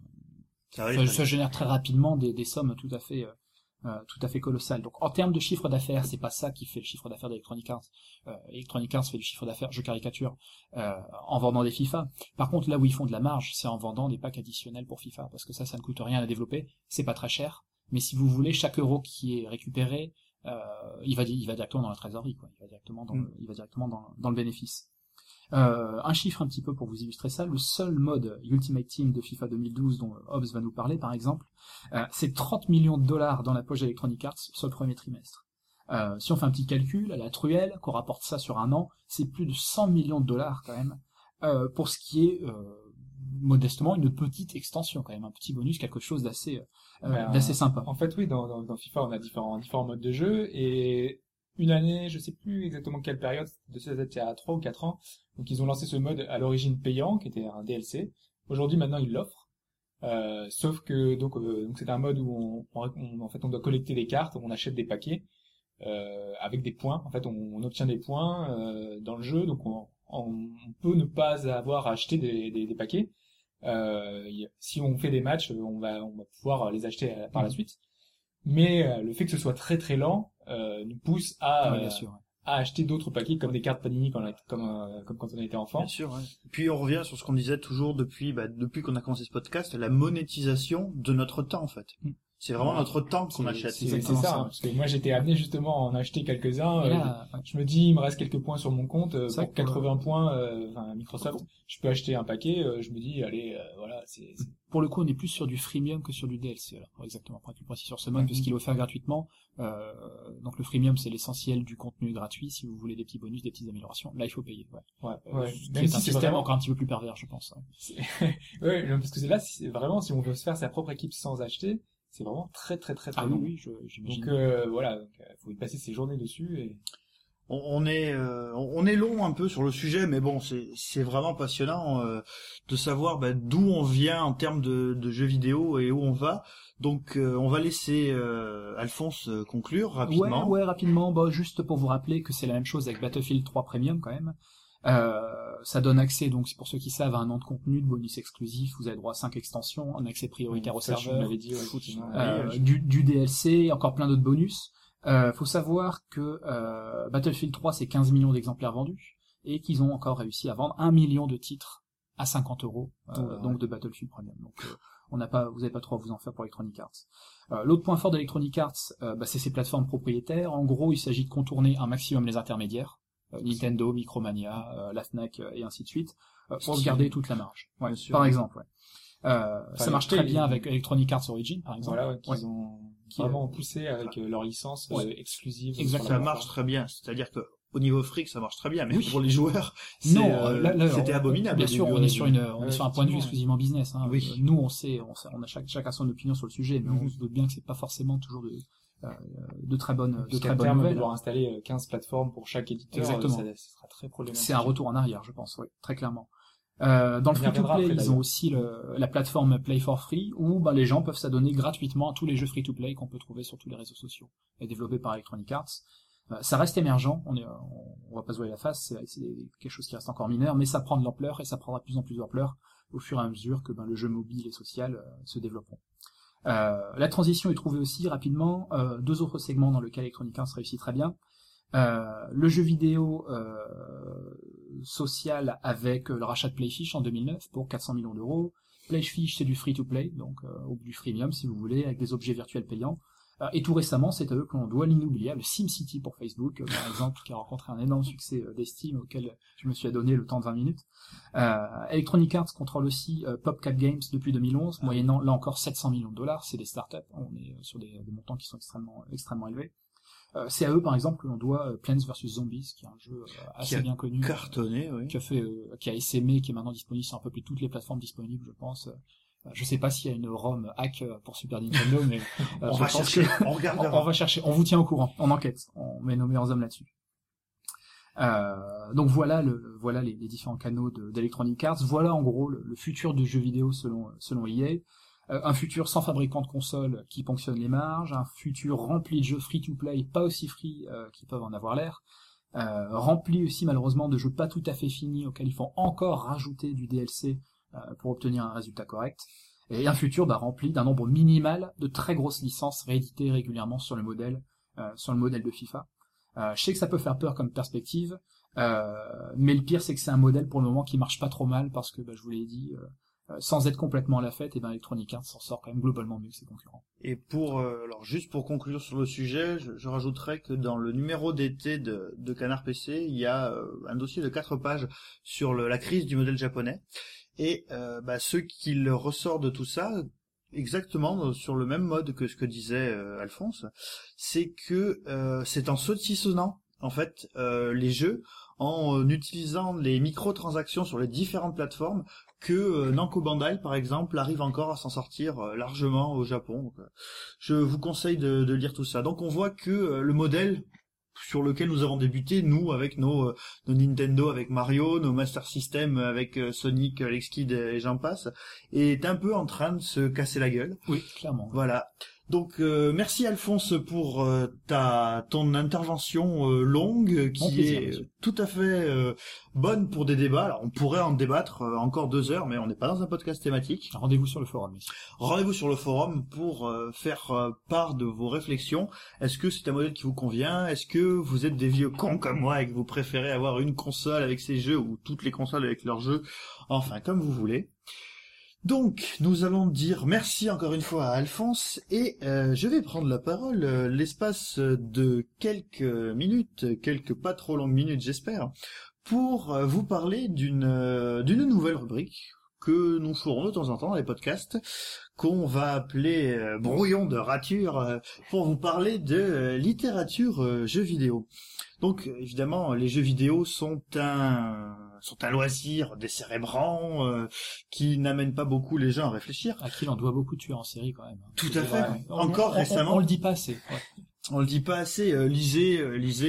ça génère très rapidement des sommes tout à fait colossales. Donc, en termes de chiffre d'affaires, c'est pas ça qui fait le chiffre d'affaires d'Electronic Arts. Electronic Arts fait du chiffre d'affaires, je caricature, en vendant des FIFA. Par contre, là où ils font de la marge, c'est en vendant des packs additionnels pour FIFA, parce que ça ne coûte rien à développer, c'est pas très cher, mais si vous voulez, chaque euro qui est récupéré, il va directement dans la trésorerie, quoi. Il va directement dans le bénéfice. Un chiffre un petit peu pour vous illustrer ça, le seul mode Ultimate Team de FIFA 2012 dont Hobbs va nous parler par exemple, c'est 30 millions de dollars dans la poche d'Electronic Arts sur le premier trimestre. Si on fait un petit calcul à la truelle, qu'on rapporte ça sur un an, c'est plus de 100 millions de dollars quand même, pour ce qui est modestement une petite extension quand même, un petit bonus, quelque chose d'assez sympa. En fait oui, dans FIFA on a différents modes de jeu, et une année, je sais plus exactement quelle période, de ça il y a 3 ou 4 ans, donc ils ont lancé ce mode à l'origine payant, qui était un DLC. Aujourd'hui, maintenant, ils l'offrent. Sauf que, donc c'est un mode où en fait, on doit collecter des cartes, on achète des paquets, avec des points. En fait, on obtient des points, dans le jeu, donc on peut ne pas avoir acheté des paquets. Si on fait des matchs, on va pouvoir les acheter par la suite. Mais le fait que ce soit très très lent nous pousse à acheter d'autres paquets comme des cartes Panini comme quand on était enfant. Bien sûr. Ouais. Puis on revient sur ce qu'on disait toujours depuis qu'on a commencé ce podcast, la monétisation de notre temps en fait. C'est vraiment notre temps qu'on achète. C'est ça, hein, parce que moi j'étais amené justement à en acheter quelques-uns. Je me dis, il me reste quelques points sur mon compte. Pour 80 points, Microsoft, je peux acheter un paquet. Je me dis, allez, voilà. Pour le coup, on est plus sur du freemium que sur du DLC. Alors, exactement, pour être plus précis sur ce mode, puisqu'il est offert gratuitement. Donc le freemium, c'est l'essentiel du contenu gratuit. Si vous voulez des petits bonus, des petites améliorations, là il faut payer. C'est un système encore un petit peu plus pervers, je pense. Ouais, parce que là, c'est vraiment, si on veut se faire sa propre équipe sans acheter, c'est vraiment très long. Oui, j'imagine. Donc voilà, faut y passer ses journées dessus. Et on est long un peu sur le sujet, mais bon, c'est vraiment passionnant de savoir d'où on vient en termes de jeux vidéo et où on va. Donc on va laisser Alphonse conclure rapidement. Ouais, rapidement. Juste pour vous rappeler que c'est la même chose avec Battlefield 3 Premium quand même. Ça donne accès, donc pour ceux qui savent, à un an de contenu, de bonus exclusifs. Vous avez droit à 5 extensions, un accès prioritaire au serveur, du DLC, encore plein d'autres bonus. Faut savoir que Battlefield 3 c'est 15 millions d'exemplaires vendus et qu'ils ont encore réussi à vendre 1 million de titres à 50 €, donc de Battlefield Premium. Donc vous n'avez pas trop à vous en faire pour Electronic Arts. L'autre point fort d'Electronic Arts, c'est ses plateformes propriétaires. En gros, il s'agit de contourner un maximum les intermédiaires. Nintendo, Micromania, la Fnac et ainsi de suite, pour se garder toute la marge. Par exemple, ça marche très bien avec Electronic Arts Origin, par exemple. Voilà, qu'ils ont vraiment poussé avec leur licence exclusive. Exactement. Ça marche très bien. C'est-à-dire que au niveau fric, ça marche très bien, mais pour les joueurs, c'était abominable. Bien sûr, on est sur un point de vue exclusivement business. Hein. Oui. Nous, on a chacun son opinion sur le sujet, mais on se doute bien que c'est pas forcément toujours de très bonnes nouvelles. Devoir installer 15 plateformes pour chaque éditeur, exactement. Ça sera très problématique. C'est un retour en arrière, je pense, très clairement. Dans le free-to-play, ils ont aussi la plateforme Play for Free, où les gens peuvent s'adonner gratuitement à tous les jeux free-to-play qu'on peut trouver sur tous les réseaux sociaux, et développés par Electronic Arts. Ça reste émergent, on va pas se voiler la face, c'est quelque chose qui reste encore mineur, mais ça prend de l'ampleur et ça prendra de plus en plus d'ampleur au fur et à mesure que le jeu mobile et social se développeront. La transition est trouvée aussi rapidement, deux autres segments dans lesquels Electronic Arts réussit très bien. Le jeu vidéo social avec le rachat de Playfish en 2009 pour 400 millions d'euros. Playfish, c'est du free-to-play, donc ou du freemium si vous voulez, avec des objets virtuels payants. Et tout récemment, c'est à eux que l'on doit l'inoubliable SimCity pour Facebook, par exemple, qui a rencontré un énorme succès d'estime auquel je me suis adonné le temps de 20 minutes. Electronic Arts contrôle aussi PopCap Games depuis 2011, moyennant là encore 700 millions de dollars, c'est des startups, on est sur des montants qui sont extrêmement élevés. C'est à eux, par exemple, que l'on doit Plants vs Zombies, qui est un jeu assez bien connu, cartonné, oui. qui a essaimé, qui est maintenant disponible sur un peu plus toutes les plateformes disponibles, je pense. Je sais pas s'il y a une ROM hack pour Super Nintendo, mais on va chercher, on regardera. On va chercher, on vous tient au courant, on enquête, on met nos meilleurs hommes là-dessus. Donc voilà les différents canaux d'Electronic Arts. Voilà en gros le futur du jeu vidéo selon EA. Un futur sans fabricant de console qui ponctionne les marges, un futur rempli de jeux free-to-play, pas aussi free qui peuvent en avoir l'air, rempli aussi malheureusement de jeux pas tout à fait finis auxquels il faut encore rajouter du DLC pour obtenir un résultat correct, et un futur rempli d'un nombre minimal de très grosses licences rééditées régulièrement sur le modèle de FIFA. Je sais que ça peut faire peur comme perspective, mais le pire c'est que c'est un modèle pour le moment qui marche pas trop mal parce que je vous l'ai dit, sans être complètement à la fête, Electronic Arts s'en sort quand même globalement mieux que ses concurrents. Et alors juste pour conclure sur le sujet, je rajouterais que dans le numéro d'été de Canard PC, il y a un dossier de 4 pages sur la crise du modèle japonais, et ce qu'il ressort de tout ça, exactement sur le même mode que ce que disait Alphonse, c'est que c'est en saucissonnant en fait les jeux, en utilisant les microtransactions sur les différentes plateformes, que Namco Bandai, par exemple, arrive encore à s'en sortir largement au Japon. Donc, je vous conseille de lire tout ça. Donc on voit que le modèle sur lequel nous avons débuté, nous, avec nos Nintendo avec Mario, nos Master System avec Sonic, Alex Kidd et j'en passe, est un peu en train de se casser la gueule. Oui, clairement. Voilà. Donc merci Alphonse pour ton intervention longue qui est tout à fait bonne pour des débats. Alors on pourrait en débattre encore 2 heures, mais on n'est pas dans un podcast thématique. Rendez-vous sur le forum ici. Rendez-vous sur le forum pour faire part de vos réflexions. Est-ce que c'est un modèle qui vous convient? Est-ce que vous êtes des vieux cons comme moi et que vous préférez avoir une console avec ses jeux ou toutes les consoles avec leurs jeux? Enfin, comme vous voulez. Donc, nous allons dire merci encore une fois à Alphonse, et je vais prendre la parole l'espace de quelques minutes, quelques pas trop longues minutes j'espère, pour vous parler d'une nouvelle rubrique que nous ferons de temps en temps dans les podcasts, qu'on va appeler brouillon de rature, pour vous parler de littérature jeux vidéo. Donc évidemment, les jeux vidéo sont un loisir décérébrant qui n'amène pas beaucoup les gens à réfléchir. À qui l'on doit beaucoup de tueurs en série quand même. Tout à fait. Encore récemment. On le dit pas assez. Ouais. On le dit pas assez. Lisez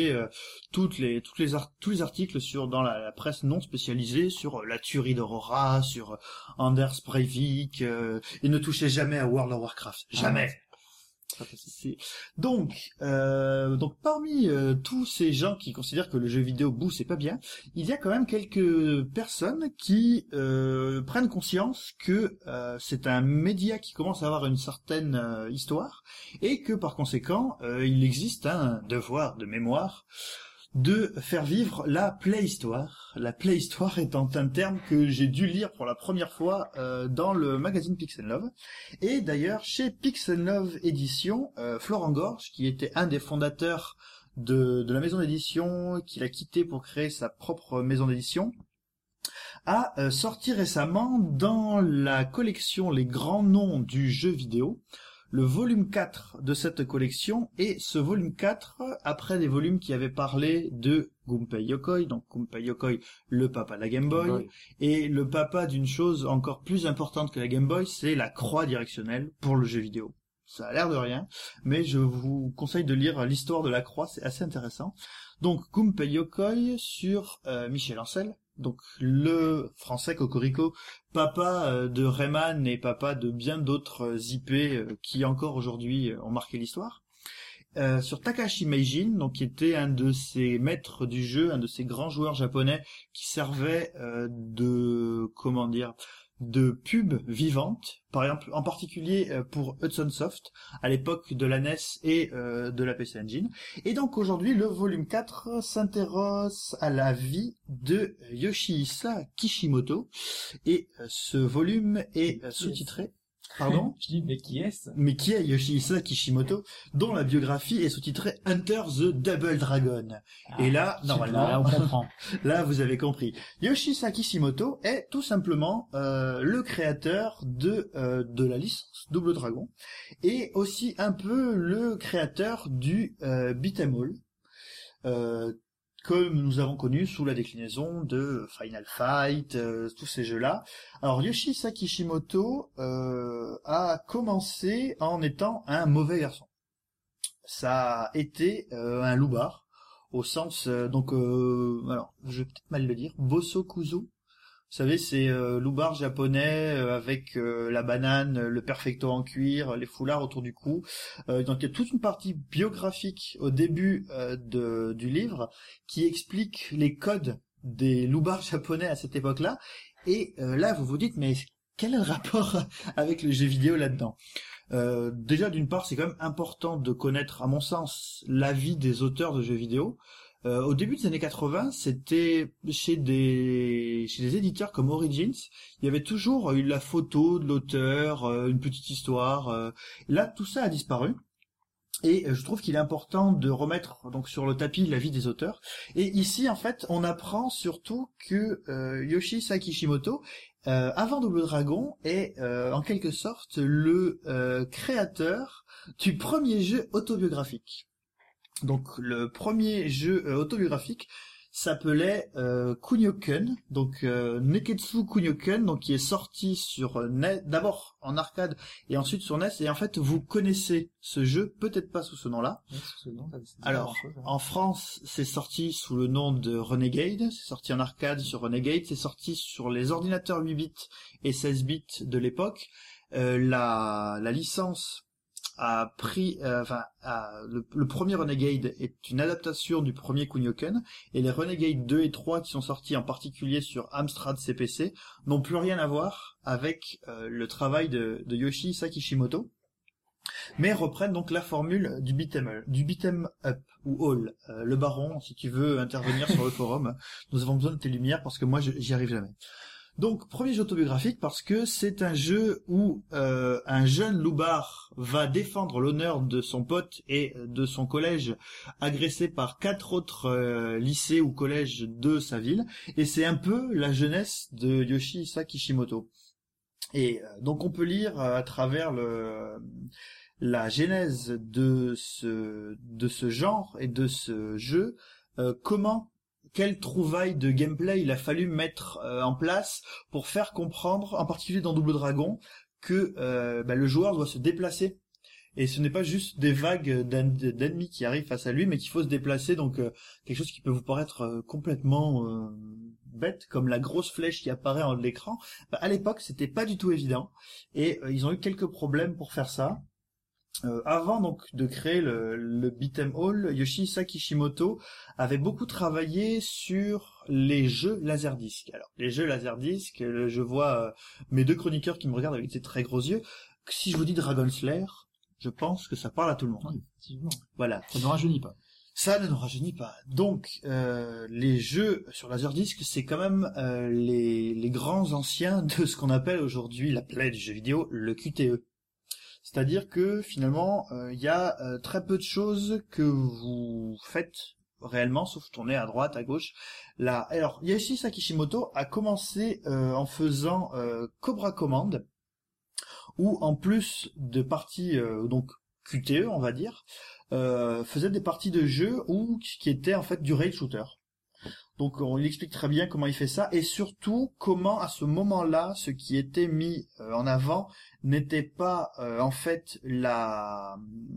tous les articles dans la presse non spécialisée sur la tuerie d'Aurora, sur Anders Breivik, et ne touchez jamais à World of Warcraft. Jamais. Donc parmi tous ces gens qui considèrent que le jeu vidéo c'est pas bien, il y a quand même quelques personnes qui prennent conscience que c'est un média qui commence à avoir une certaine histoire, et que par conséquent il existe un devoir de mémoire de faire vivre la Playhistoire. La Playhistoire étant un terme que j'ai dû lire pour la première fois dans le magazine Pixel Love. Et d'ailleurs, chez Pixel Love Édition, Florent Gorge, qui était un des fondateurs de la maison d'édition, qu'il a quitté pour créer sa propre maison d'édition, a sorti récemment dans la collection Les Grands Noms du jeu vidéo, le volume 4 de cette collection, et ce volume 4, après des volumes qui avaient parlé de Gunpei Yokoi, donc Gunpei Yokoi, le papa de la Game Boy, et le papa d'une chose encore plus importante que la Game Boy, c'est la croix directionnelle pour le jeu vidéo. Ça a l'air de rien, mais je vous conseille de lire l'histoire de la croix, c'est assez intéressant. Donc Gunpei Yokoi sur Michel Ancel, donc le français Cocorico, papa de Rayman et papa de bien d'autres IP qui encore aujourd'hui ont marqué l'histoire. sur Takahashi Meijin, donc qui était un de ces maîtres du jeu, un de ces grands joueurs japonais qui servait de pub vivante, par exemple en particulier pour Hudson Soft à l'époque de la NES et de la PC Engine. Et donc aujourd'hui le volume 4 s'intéresse à la vie de Yoshihisa Kishimoto et ce volume est sous-titré. Pardon? Je dis, mais qui est-ce? Mais qui est Yoshihisa Kishimoto, dont la biographie est sous-titrée Hunter the Double Dragon. Et là, normalement, Là, on comprend. là, vous avez compris. Yoshihisa Kishimoto est tout simplement le créateur de la licence Double Dragon et aussi un peu le créateur du beat'em all. Comme nous avons connu sous la déclinaison de Final Fight, tous ces jeux-là. Alors Yoshihisa Kishimoto a commencé en étant un mauvais garçon. Ça a été un loupard, au sens, alors je vais peut-être mal le dire, Bosokuzo. Vous savez, c'est loupard japonais avec la banane, le perfecto en cuir, les foulards autour du cou. Donc il y a toute une partie biographique au début du livre qui explique les codes des loupards japonais à cette époque-là. Et là, vous vous dites, mais quel est le rapport avec le jeu vidéo là-dedans? Déjà, d'une part, c'est quand même important de connaître, à mon sens, l'avis des auteurs de jeux vidéo. Au début des années 80, c'était chez des éditeurs comme Origins, il y avait toujours eu la photo de l'auteur, une petite histoire. Là, tout ça a disparu. Et je trouve qu'il est important de remettre donc sur le tapis l'avis des auteurs. Et ici, en fait, on apprend surtout que Yoshihisa Kishimoto, avant Double Dragon, est en quelque sorte le créateur du premier jeu autobiographique. Donc le premier jeu autobiographique s'appelait Kunio-kun, donc Neketsu Kunio-kun, donc qui est sorti sur NES, d'abord en arcade et ensuite sur NES. Et en fait, vous connaissez ce jeu, peut-être pas sous ce nom-là. Alors, en France, c'est sorti sous le nom de Renegade, c'est sorti en arcade sur Renegade, c'est sorti sur les ordinateurs 8 bits et 16 bits de l'époque. La licence a pris, le premier Renegade est une adaptation du premier Kunio-kun, et les Renegade 2 et 3 qui sont sortis en particulier sur Amstrad CPC n'ont plus rien à voir avec le travail de Yoshihisa Kishimoto, mais reprennent donc la formule du beat'em up ou all. Le baron, si tu veux intervenir sur le forum, nous avons besoin de tes lumières parce que moi j'y arrive jamais. Donc, premier jeu autobiographique parce que c'est un jeu où un jeune loupard va défendre l'honneur de son pote et de son collège agressé par 4 autres lycées ou collèges de sa ville. Et c'est un peu la jeunesse de Yoshihisa Kishimoto. Et donc on peut lire à travers la genèse de ce genre et de ce jeu quelle trouvaille de gameplay il a fallu mettre en place pour faire comprendre, en particulier dans Double Dragon, que le joueur doit se déplacer. Et ce n'est pas juste des vagues d'ennemis qui arrivent face à lui, mais qu'il faut se déplacer, donc quelque chose qui peut vous paraître complètement bête, comme la grosse flèche qui apparaît en haut de l'écran. À l'époque, c'était pas du tout évident, et ils ont eu quelques problèmes pour faire ça. Avant donc de créer le beat'em all, Yoshihisa Kishimoto avait beaucoup travaillé sur les jeux Laserdisc. Alors les jeux Laserdisc, je vois mes deux chroniqueurs qui me regardent avec des très gros yeux. Si je vous dis Dragon Slayer, je pense que ça parle à tout le monde. Oui, effectivement. Voilà. Ça ne rajeunit pas. Ça ne nous rajeunit pas. Donc, les jeux sur Laserdisc, c'est quand même les grands anciens de ce qu'on appelle aujourd'hui la plaie du jeu vidéo, le QTE. C'est-à-dire que finalement, il y a très peu de choses que vous faites réellement, sauf tourner à droite, à gauche. Là, alors, Yoshihisa Kishimoto a commencé en faisant Cobra Command, où en plus de parties donc QTE, on va dire, faisait des parties de jeu qui étaient en fait du rail shooter. Donc on explique très bien comment il fait ça, et surtout comment à ce moment-là, ce qui était mis en avant n'était pas en fait la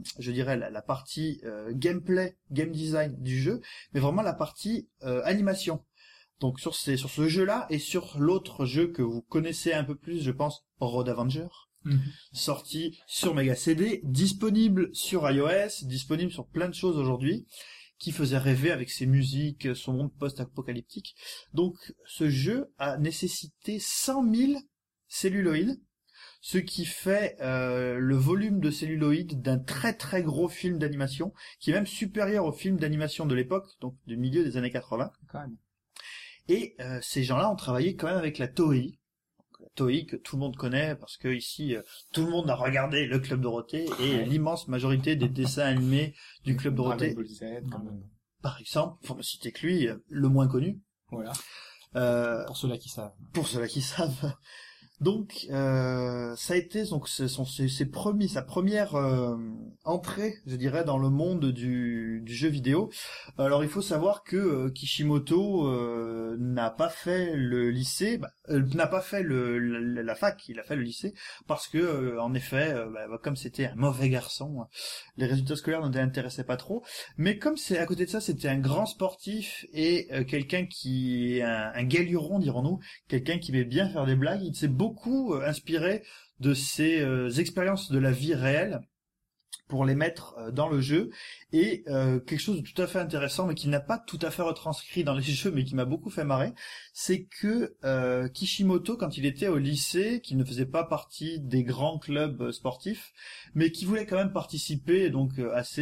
partie gameplay, game design du jeu, mais vraiment la partie animation. Donc sur ce jeu-là et sur l'autre jeu que vous connaissez un peu plus, je pense, Road Avenger, sorti sur Mega CD, disponible sur iOS, disponible sur plein de choses aujourd'hui, qui faisait rêver avec ses musiques, son monde post-apocalyptique. Donc ce jeu a nécessité 100 000 celluloïdes, ce qui fait le volume de celluloïdes d'un très très gros film d'animation, qui est même supérieur au film d'animation de l'époque, donc du milieu des années 80. Quand même. Et ces gens-là ont travaillé quand même avec la Toei. La Toei que tout le monde connaît, parce que ici, tout le monde a regardé le Club Dorothée, et l'immense majorité des dessins animés du Club Dorothée, Dragon Ball Z, quand même. par exemple, pour ne citer que lui, le moins connu. Voilà. Pour ceux-là qui savent. Pour ceux-là qui savent. Donc, ça a été donc sa première entrée, je dirais, dans le monde du jeu vidéo. Alors, il faut savoir que Kishimoto n'a pas fait le lycée, n'a pas fait la fac, il a fait le lycée parce que, en effet, comme c'était un mauvais garçon, les résultats scolaires ne l'intéressaient pas trop. Mais comme c'est à côté de ça, c'était un grand sportif et quelqu'un qui est un galuron, dirons-nous, quelqu'un qui aimait bien faire des blagues, il s'est beaucoup inspiré de ses expériences de la vie réelle pour les mettre dans le jeu, et quelque chose de tout à fait intéressant mais qu'il n'a pas tout à fait retranscrit dans les jeux mais qui m'a beaucoup fait marrer, c'est que Kishimoto, quand il était au lycée, qu'il ne faisait pas partie des grands clubs sportifs mais qui voulait quand même participer donc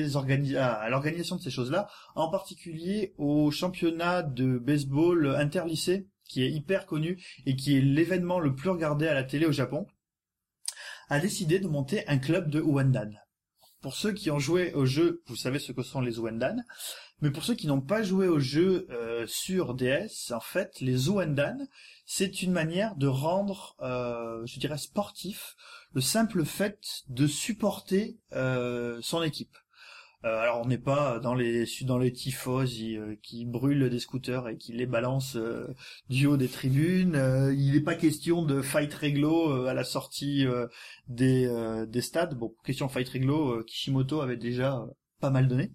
à l'organisation de ces choses-là, en particulier au championnat de baseball interlycée qui est hyper connu et qui est l'événement le plus regardé à la télé au Japon, a décidé de monter un club de Ouendan. Pour ceux qui ont joué au jeu, vous savez ce que sont les Ouendan, mais pour ceux qui n'ont pas joué au jeu sur DS, en fait, les Ouendan, c'est une manière de rendre, je dirais, sportif le simple fait de supporter son équipe. Alors on n'est pas dans les tifosi qui brûlent des scooters et qui les balancent du haut des tribunes. Il n'est pas question de fight réglo à la sortie des stades. Bon, question fight réglo, Kishimoto avait déjà pas mal donné.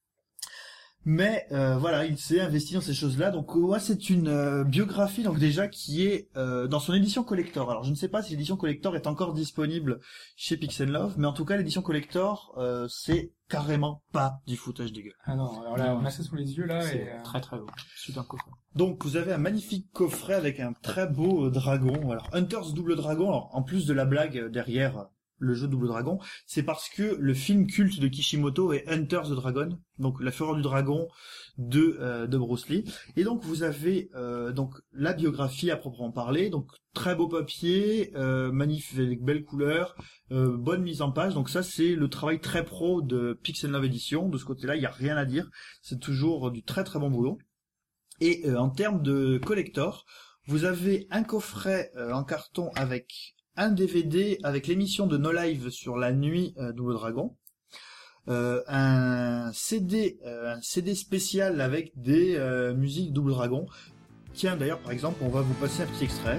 Mais voilà, il s'est investi dans ces choses-là. Donc c'est une biographie donc déjà qui est dans son édition collector. Alors je ne sais pas si l'édition collector est encore disponible chez Pixel Love, mais en tout cas l'édition collector c'est carrément pas du foutage dégueu. Ah non, alors là on a ça sous les yeux là C'est très très beau. Super coffret. Donc vous avez un magnifique coffret avec un très beau dragon. Alors Hunters Double Dragon, alors, en plus de la blague derrière le jeu Double Dragon, c'est parce que le film culte de Kishimoto est Enter the Dragon, donc la fureur du dragon de Bruce Lee. Et donc vous avez donc la biographie à proprement parler, donc très beau papier, magnifique, avec belles couleurs, bonne mise en page. Donc ça c'est le travail très pro de Pixel Love Edition. De ce côté-là, il y a rien à dire, c'est toujours du très très bon boulot. Et en termes de collector, vous avez un coffret en carton avec un DVD avec l'émission de No Live sur la nuit Double Dragon, un CD spécial avec des musiques Double Dragon. Tiens, d'ailleurs, par exemple, on va vous passer un petit extrait.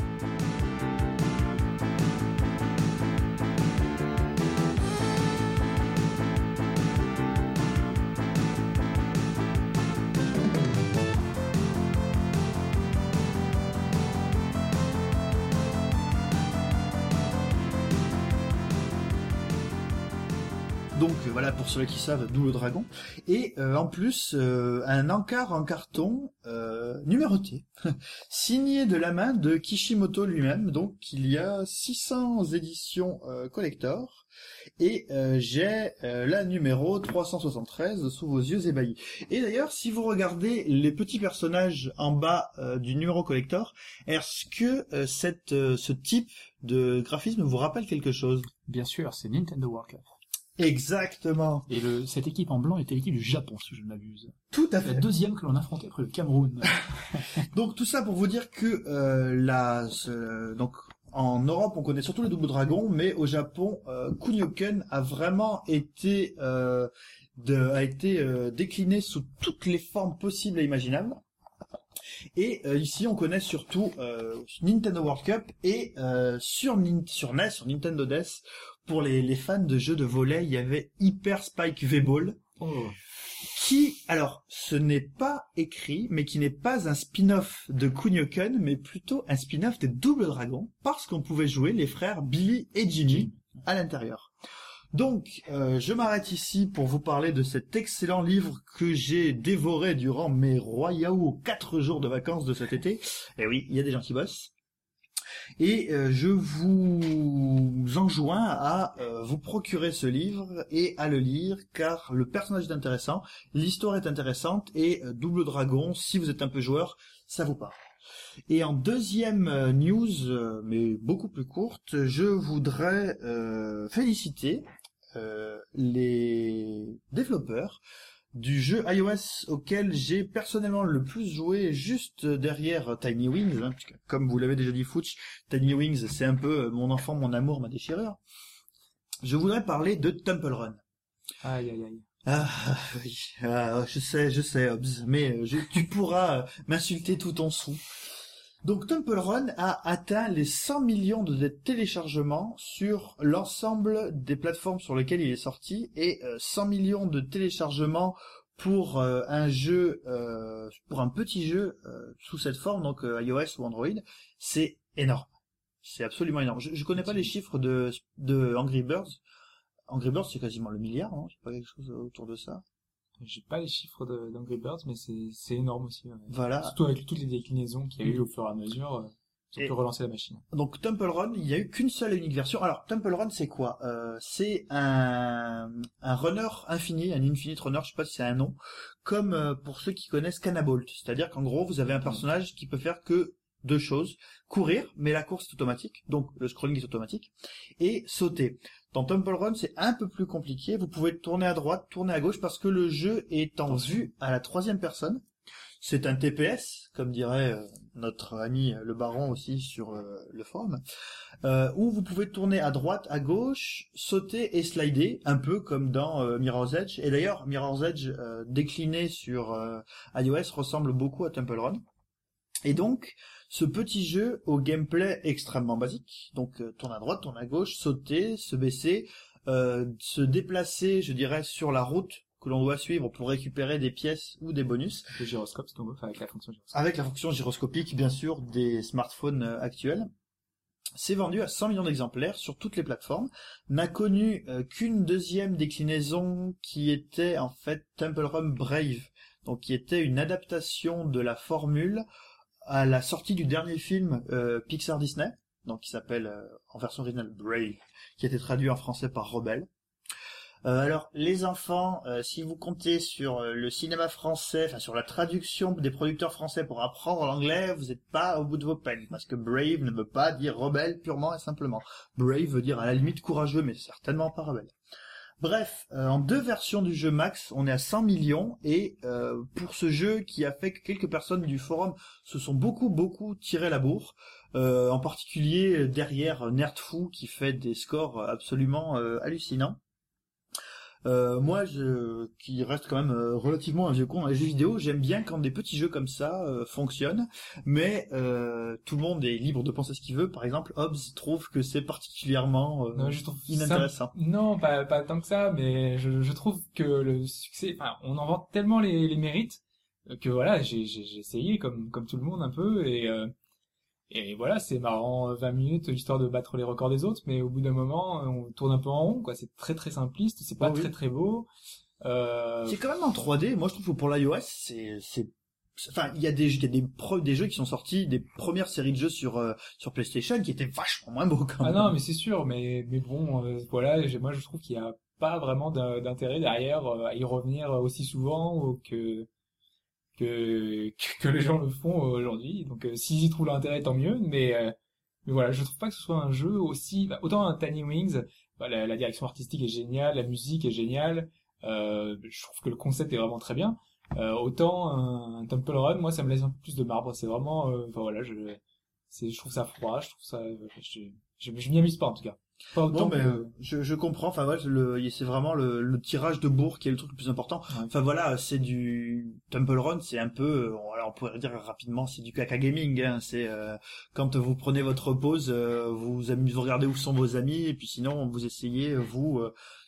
Donc voilà, pour ceux qui savent, Double Dragon. Et en plus, un encart en carton numéroté, signé de la main de Kishimoto lui-même. Donc il y a 600 éditions collector. Et j'ai la numéro 373 sous vos yeux ébahis. Et d'ailleurs, si vous regardez les petits personnages en bas du numéro collector, est-ce que ce type de graphisme vous rappelle quelque chose? Bien sûr, c'est Nintendo World Cup. Exactement. Et cette équipe en blanc était l'équipe du Japon, si je ne m'abuse. Tout à fait. La deuxième que l'on affrontait après le Cameroun. Donc tout ça pour vous dire que donc en Europe on connaît surtout les Double Dragons, mais au Japon Kunio-kun a vraiment été décliné sous toutes les formes possibles et imaginables. Et ici on connaît surtout Nintendo World Cup et sur NES, sur Nintendo DS. Pour les fans de jeux de volley, il y avait Hyper Spike V-Ball, Alors, ce n'est pas écrit, mais qui n'est pas un spin-off de Kunio-kun, mais plutôt un spin-off des Double Dragons, parce qu'on pouvait jouer les frères Billy et Ginny à l'intérieur. Donc, je m'arrête ici pour vous parler de cet excellent livre que j'ai dévoré durant mes royaux 4 jours de vacances de cet été. Et oui, il y a des gens qui bossent. Et je vous enjoins à vous procurer ce livre et à le lire, car le personnage est intéressant, l'histoire est intéressante, et Double Dragon, si vous êtes un peu joueur, ça vous parle. Et en deuxième news, mais beaucoup plus courte, je voudrais féliciter les développeurs du jeu iOS auquel j'ai personnellement le plus joué, juste derrière Tiny Wings, hein, puisque, comme vous l'avez déjà dit Fouch, Tiny Wings c'est un peu mon enfant, mon amour, ma déchirure. Je voudrais parler de Temple Run. Aïe, aïe, aïe. Ah oui, je sais, Hobbs, mais tu pourras m'insulter tout en sous. Donc Temple Run a atteint les 100 millions de téléchargements sur l'ensemble des plateformes sur lesquelles il est sorti, et 100 millions de téléchargements pour un jeu, pour un petit jeu sous cette forme, donc iOS ou Android, c'est énorme. C'est absolument énorme. Je connais pas les chiffres de Angry Birds. Angry Birds c'est quasiment le milliard, non? J'ai pas quelque chose autour de ça. J'ai pas les chiffres d'Angry Birds, mais c'est énorme aussi. Ouais. Voilà. Surtout avec toutes les déclinaisons qu'il y a eu au fur et à mesure, ça peut relancer la machine. Donc Temple Run, il y a eu qu'une seule et unique version. Alors Temple Run, c'est quoi? C'est un runner infini, un infinite runner, je sais pas si c'est un nom, comme pour ceux qui connaissent Canabolt. C'est-à-dire qu'en gros, vous avez un personnage qui peut faire que 2 choses. Courir, mais la course est automatique, donc le scrolling est automatique, et sauter. Dans Temple Run, c'est un peu plus compliqué. Vous pouvez tourner à droite, tourner à gauche, parce que le jeu est en vue à la 3e personne. C'est un TPS, comme dirait notre ami le baron aussi sur le forum, où vous pouvez tourner à droite, à gauche, sauter et slider, un peu comme dans Mirror's Edge. Et d'ailleurs, Mirror's Edge décliné sur iOS ressemble beaucoup à Temple Run. Et donc, ce petit jeu au gameplay extrêmement basique, donc tourner à droite, tourner à gauche, sauter, se baisser, se déplacer, je dirais, sur la route que l'on doit suivre pour récupérer des pièces ou des bonus. Le gyroscope, c'est enfin, avec la fonction gyroscope. Avec la fonction gyroscopique, bien sûr, des smartphones actuels. C'est vendu à 100 millions d'exemplaires sur toutes les plateformes, n'a connu qu'une deuxième déclinaison qui était en fait Temple Run Brave, donc qui était une adaptation de la formule à la sortie du dernier film Pixar Disney, donc qui s'appelle en version originale Brave, qui a été traduit en français par Rebelle. Alors les enfants, si vous comptez sur le cinéma français, enfin sur la traduction des producteurs français pour apprendre l'anglais, vous n'êtes pas au bout de vos peines, parce que Brave ne veut pas dire rebelle purement et simplement. Brave veut dire à la limite courageux, mais certainement pas rebelle. Bref, en 2 versions du jeu max, on est à 100 millions, et pour ce jeu qui a fait que quelques personnes du forum se sont beaucoup tiré la bourre, en particulier derrière Nerdfou qui fait des scores absolument hallucinants. Moi, qui reste quand même relativement un vieux con dans les jeux vidéo, j'aime bien quand des petits jeux comme ça fonctionnent, mais tout le monde est libre de penser ce qu'il veut. Par exemple, Hobbs trouve que c'est particulièrement non, je trouve inintéressant. Non, pas tant que ça, mais je trouve que le succès, enfin, on en vante tellement les mérites que voilà, j'ai essayé comme tout le monde un peu, et voilà, c'est marrant 20 minutes l'histoire de battre les records des autres, mais au bout d'un moment, on tourne un peu en rond, quoi. C'est très simpliste, c'est pas très beau. C'est quand même en 3D. Moi, je trouve que pour l'iOS, enfin, il y a des jeux qui sont sortis, des premières séries de jeux sur PlayStation qui étaient vachement moins beaux quand même. Ah non, mais c'est sûr, mais bon, voilà, moi je trouve qu'il y a pas vraiment d'intérêt derrière à y revenir aussi souvent ou que les gens le font aujourd'hui. Donc s'ils y trouvent l'intérêt, tant mieux, mais voilà, je trouve pas que ce soit un jeu aussi autant un Tiny Wings, la direction artistique est géniale, la musique est géniale, je trouve que le concept est vraiment très bien. Autant un Temple Run, moi ça me laisse un peu plus de marbre, c'est vraiment enfin voilà, je trouve ça froid, je trouve ça je m'y amuse pas en tout cas. Pas autant bon, mais je comprends. Enfin ouais, c'est vraiment le tirage de bourre qui est le truc le plus important. Ouais. Enfin voilà, c'est du Temple Run, c'est un peu, on pourrait dire rapidement, c'est du caca gaming. Hein. C'est quand vous prenez votre pause, vous regardez où sont vos amis, et puis sinon vous essayez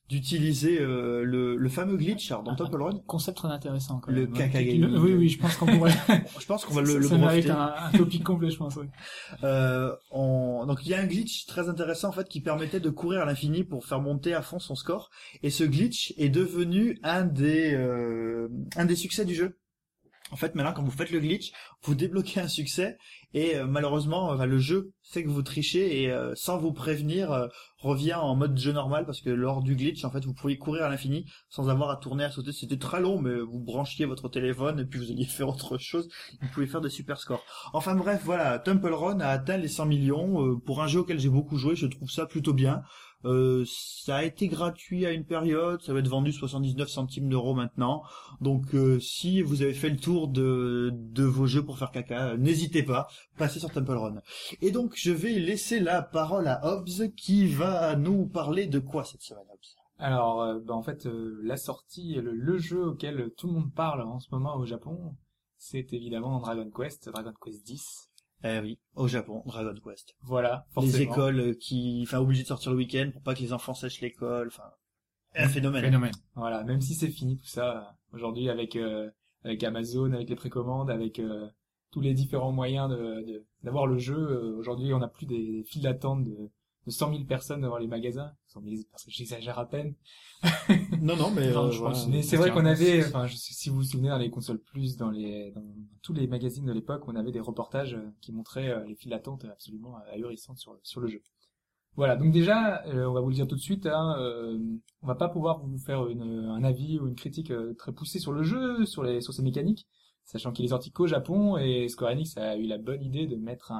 d'utiliser le fameux glitch alors, dans Temple Run. Concept très intéressant. Quand Le même. caca gaming. Oui, je pense qu'on pourrait. Je pense qu'on va le ça mérite breveter. un topic complet, je pense. Oui. Donc il y a un glitch très intéressant en fait qui permettait de courir à l'infini pour faire monter à fond son score. Et ce glitch est devenu un des succès du jeu. En fait, maintenant, quand vous faites le glitch, vous débloquez un succès et malheureusement, le jeu fait que vous trichez et sans vous prévenir, revient en mode jeu normal parce que lors du glitch, en fait, vous pouviez courir à l'infini sans avoir à tourner, à sauter. C'était très long, mais vous branchiez votre téléphone et puis vous alliez faire autre chose. Vous pouviez faire des super scores. Enfin bref, voilà, Temple Run a atteint les 100 millions. Pour un jeu auquel j'ai beaucoup joué, je trouve ça plutôt bien. Ça a été gratuit à une période, ça va être vendu 79 centimes d'euros maintenant. Donc si vous avez fait le tour de vos jeux pour faire caca, n'hésitez pas, passez sur Temple Run. Et donc je vais laisser la parole à Hobbs qui va nous parler de quoi cette semaine, Hobbs? Alors, en fait, la sortie, le jeu auquel tout le monde parle en ce moment au Japon, c'est évidemment Dragon Quest X. Eh oui, au Japon, Dragon Quest. Voilà, forcément. Les écoles obligées de sortir le week-end pour pas que les enfants sèchent l'école, un phénomène. Voilà, même si c'est fini tout ça, aujourd'hui avec Amazon, avec les précommandes, avec tous les différents moyens d'avoir le jeu, aujourd'hui on n'a plus des files d'attente de 100 000 personnes devant les magasins. 100 000, parce que j'exagère à peine. Non, mais mais c'est vrai qu'on avait, si vous vous souvenez, dans les consoles plus, dans tous les magazines de l'époque, on avait des reportages qui montraient les files d'attente absolument ahurissantes sur le jeu. Voilà, donc déjà, on va vous le dire tout de suite, on va pas pouvoir vous faire un avis ou une critique très poussée sur le jeu, sur ses mécaniques, sachant qu'il est sorti qu'au Japon et Square Enix a eu la bonne idée de mettre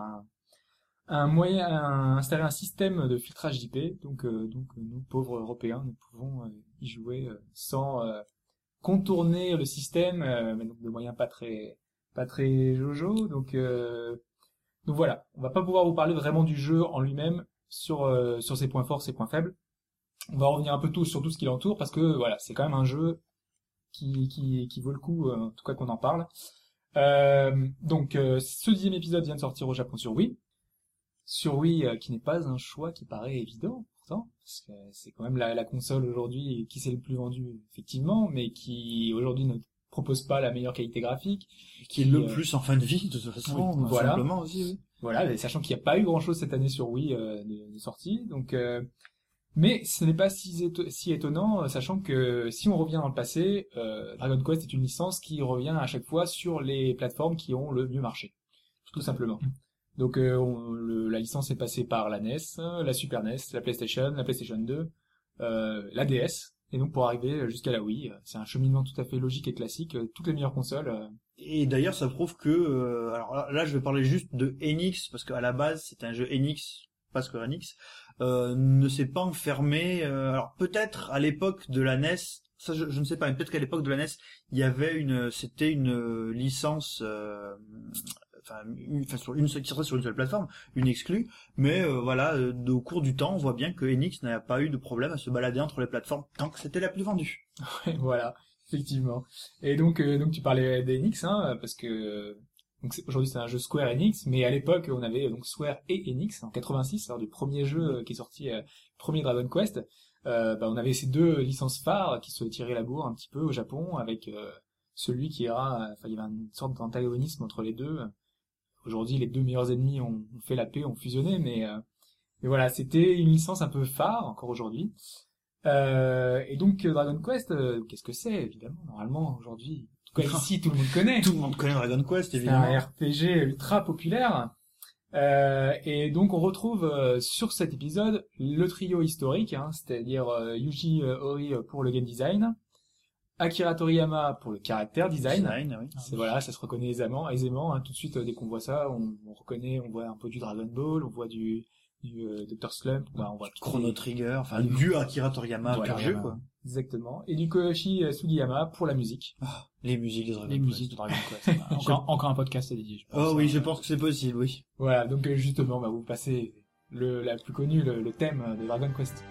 installer un système de filtrage d'IP, donc nous pauvres Européens, nous pouvons y jouer sans contourner le système, mais donc de moyens pas très jojo. Donc voilà, on va pas pouvoir vous parler vraiment du jeu en lui-même sur ses points forts, ses points faibles. On va revenir un peu sur tout ce qui l'entoure parce que voilà, c'est quand même un jeu qui vaut le coup, en tout cas qu'on en parle. Donc ce 10e épisode vient de sortir au Japon sur Wii. Sur Wii, qui n'est pas un choix qui paraît évident, pourtant, parce que c'est quand même la console aujourd'hui qui s'est le plus vendue, effectivement, mais qui aujourd'hui ne propose pas la meilleure qualité graphique. Qui est le plus en fin de vie, de toute façon, oui, voilà. simplement aussi, oui. Voilà, sachant qu'il n'y a pas eu grand-chose cette année sur Wii de sortie, donc... Mais ce n'est pas si étonnant, sachant que si on revient dans le passé, Dragon Quest est une licence qui revient à chaque fois sur les plateformes qui ont le mieux marché, tout simplement. Donc la licence est passée par la NES, la Super NES, la PlayStation 2, la DS, et donc pour arriver jusqu'à la Wii, c'est un cheminement tout à fait logique et classique, toutes les meilleures consoles. Et d'ailleurs ça prouve que, alors là je vais parler juste de Enix, parce qu'à la base c'est un jeu Enix, pas Square Enix, ne s'est pas enfermé, alors peut-être à l'époque de la NES, ça je ne sais pas, mais peut-être qu'à l'époque de la NES, il y avait c'était une licence, qui serait sur une seule plateforme, une exclue, mais au cours du temps, on voit bien que Enix n'a pas eu de problème à se balader entre les plateformes tant que c'était la plus vendue. Ouais, voilà, effectivement. Et donc tu parlais d'Enix, parce que aujourd'hui c'est un jeu Square Enix, mais à l'époque on avait donc Square et Enix en 86, lors du premier jeu qui est sorti, premier Dragon Quest. On avait ces deux licences phares qui se tiraient la bourre un petit peu au Japon, avec celui qui ira, il y avait une sorte d'antagonisme entre les deux. Aujourd'hui, les deux meilleurs ennemis ont fait la paix, ont fusionné, mais voilà, c'était une licence un peu phare encore aujourd'hui. Et donc Dragon Quest, qu'est-ce que c'est évidemment? Normalement aujourd'hui, en tout cas ici, tout le monde connaît. Tout le monde connaît Dragon Quest, évidemment. C'est un RPG ultra populaire. Et donc on retrouve sur cet épisode le trio historique, c'est-à-dire Yuji Horii pour le game design, Akira Toriyama pour le character design. Oui. Voilà, ça se reconnaît aisément, tout de suite dès qu'on voit ça, on reconnaît, on voit un peu du Dragon Ball, on voit du Dr. Slump, on voit Chrono Trigger, du Akira Toriyama voilà, pur jeu, quoi. Exactement. Et du Koyoshi Sugiyama pour la musique. Les musiques de Dragon Quest. Encore un podcast dédié, je pense. Oh oui, je pense que c'est possible, oui. Voilà, donc justement, on va vous passer la plus connue, le thème de Dragon Quest.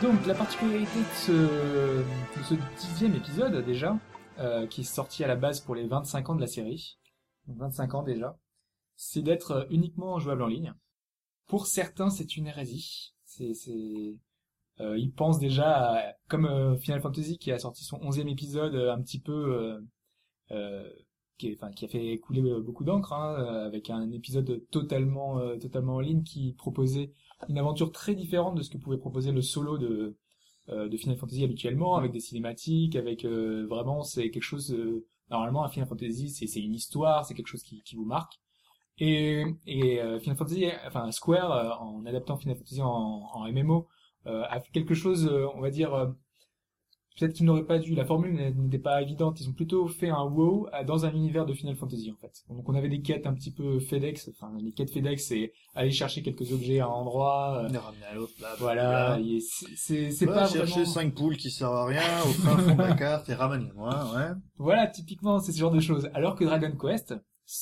Donc la particularité de ce 10e épisode déjà, qui est sorti à la base pour les 25 ans de la série, donc 25 ans déjà, c'est d'être uniquement jouable en ligne. Pour certains, c'est une hérésie. Ils pensent déjà, comme Final Fantasy qui a sorti son 11e épisode un petit peu, qui a fait couler beaucoup d'encre, avec un épisode totalement en ligne qui proposait une aventure très différente de ce que pouvait proposer le solo de Final Fantasy habituellement, avec des cinématiques, avec vraiment c'est quelque chose. Normalement, un Final Fantasy, c'est une histoire, c'est quelque chose qui vous marque. Et Final Fantasy, enfin Square, en adaptant Final Fantasy en MMO, a fait quelque chose, on va dire, peut-être qu'ils n'auraient pas dû. La formule n'était pas évidente. Ils ont plutôt fait un WoW dans un univers de Final Fantasy en fait. Donc on avait des quêtes un petit peu FedEx. Enfin les quêtes FedEx, c'est aller chercher quelques objets à un endroit. Les ramener à l'autre. Voilà. C'est pas chercher vraiment... 5 poules qui servent à rien au fin fond de la carte et ramenez-moi. Ouais. Voilà, typiquement c'est ce genre de choses. Alors que Dragon Quest,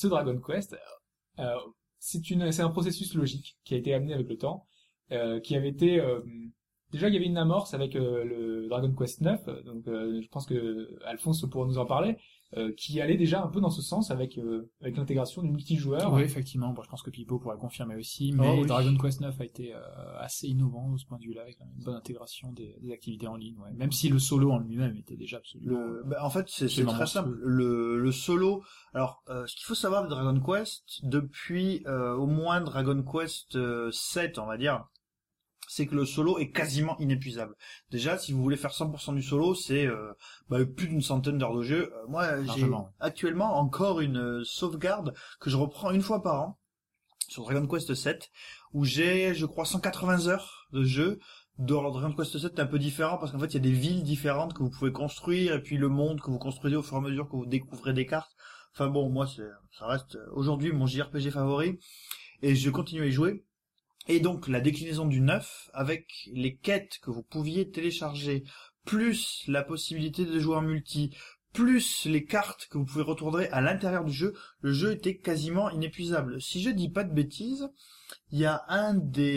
c'est un processus logique qui a été amené avec le temps, qui avait été déjà il y avait une amorce avec le Dragon Quest 9, donc je pense que Alphonse pourra nous en parler, qui allait déjà un peu dans ce sens avec l'intégration du multijoueur. Oui, effectivement. Bon, je pense que Pipo pourra confirmer aussi, mais oui. Dragon Quest 9 a été assez innovant de ce point de vue-là, avec une bonne intégration des activités en ligne. Ouais. Même si le solo en lui-même était déjà absolument. En fait, c'est absolument très monstrueux. simple. Le solo. Alors, ce qu'il faut savoir de Dragon Quest, depuis au moins Dragon Quest 7, on va dire, c'est que le solo est quasiment inépuisable. Déjà, si vous voulez faire 100% du solo, c'est plus d'une centaine d'heures de jeu. Moi, j'ai Largement. actuellement encore une sauvegarde que je reprends une fois par an sur Dragon Quest 7, où j'ai, je crois, 180 heures de jeu. Dans Dragon Quest 7, c'est un peu différent parce qu'en fait, il y a des villes différentes que vous pouvez construire et puis le monde que vous construisez au fur et à mesure que vous découvrez des cartes. Enfin bon, moi, ça reste aujourd'hui mon JRPG favori et je continue à y jouer. Et donc, la déclinaison du 9, avec les quêtes que vous pouviez télécharger, plus la possibilité de jouer en multi, plus les cartes que vous pouvez retourner à l'intérieur du jeu, le jeu était quasiment inépuisable. Si je dis pas de bêtises, il y a un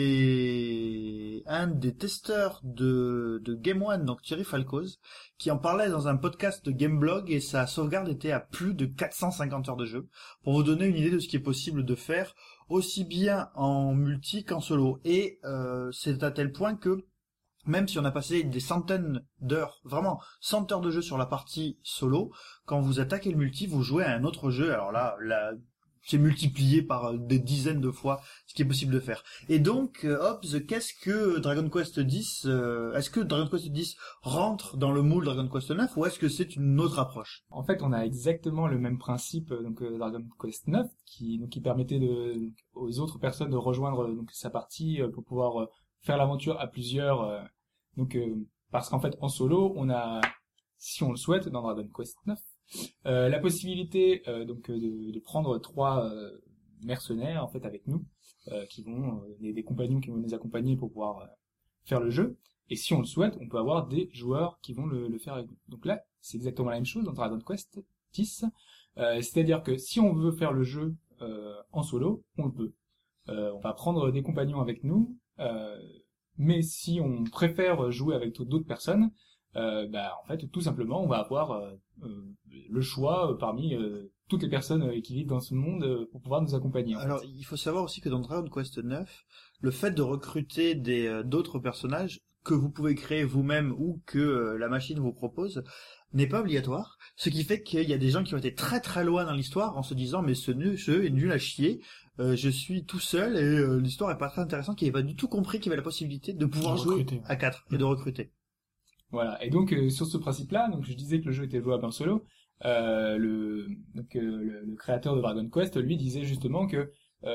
des testeurs de Game One, donc Thierry Falcoz, qui en parlait dans un podcast de Gameblog et sa sauvegarde était à plus de 450 heures de jeu, pour vous donner une idée de ce qui est possible de faire, aussi bien en multi qu'en solo. Et c'est à tel point que, même si on a passé des centaines d'heures, vraiment 100 heures de jeu sur la partie solo, quand vous attaquez le multi, vous jouez à un autre jeu. Alors là c'est multiplié par des dizaines de fois ce qui est possible de faire. Et donc, Hobbs, qu'est-ce que Dragon Quest X est-ce que Dragon Quest X rentre dans le moule Dragon Quest 9 ou est-ce que c'est une autre approche? En fait, on a exactement le même principe Dragon Quest 9 qui permettait aux autres personnes de rejoindre sa partie pour pouvoir faire l'aventure à plusieurs. Parce qu'en fait, en solo, on a, si on le souhaite, dans Dragon Quest 9, la possibilité de prendre 3 mercenaires en fait avec nous, qui vont des compagnons qui vont nous accompagner pour pouvoir faire le jeu. Et si on le souhaite, on peut avoir des joueurs qui vont le faire avec nous. Donc là, c'est exactement la même chose dans Dragon Quest X. C'est-à-dire que si on veut faire le jeu en solo, on le peut. On va prendre des compagnons avec nous, mais si on préfère jouer avec d'autres personnes, en fait, tout simplement, on va avoir le choix parmi toutes les personnes qui vivent dans ce monde pour pouvoir nous accompagner. Alors, il faut savoir aussi que dans Dragon Quest 9, le fait de recruter d'autres personnages que vous pouvez créer vous-même ou que la machine vous propose n'est pas obligatoire, ce qui fait qu'il y a des gens qui ont été très très loin dans l'histoire en se disant mais ce jeu est nul à chier, je suis tout seul et l'histoire est pas très intéressante, qui n'avait pas du tout compris qu'il y avait la possibilité de pouvoir jouer à 4 et de recruter. Voilà. Et donc sur ce principe-là, donc je disais que le jeu était jouable en solo. Le créateur de Dragon Quest lui disait justement que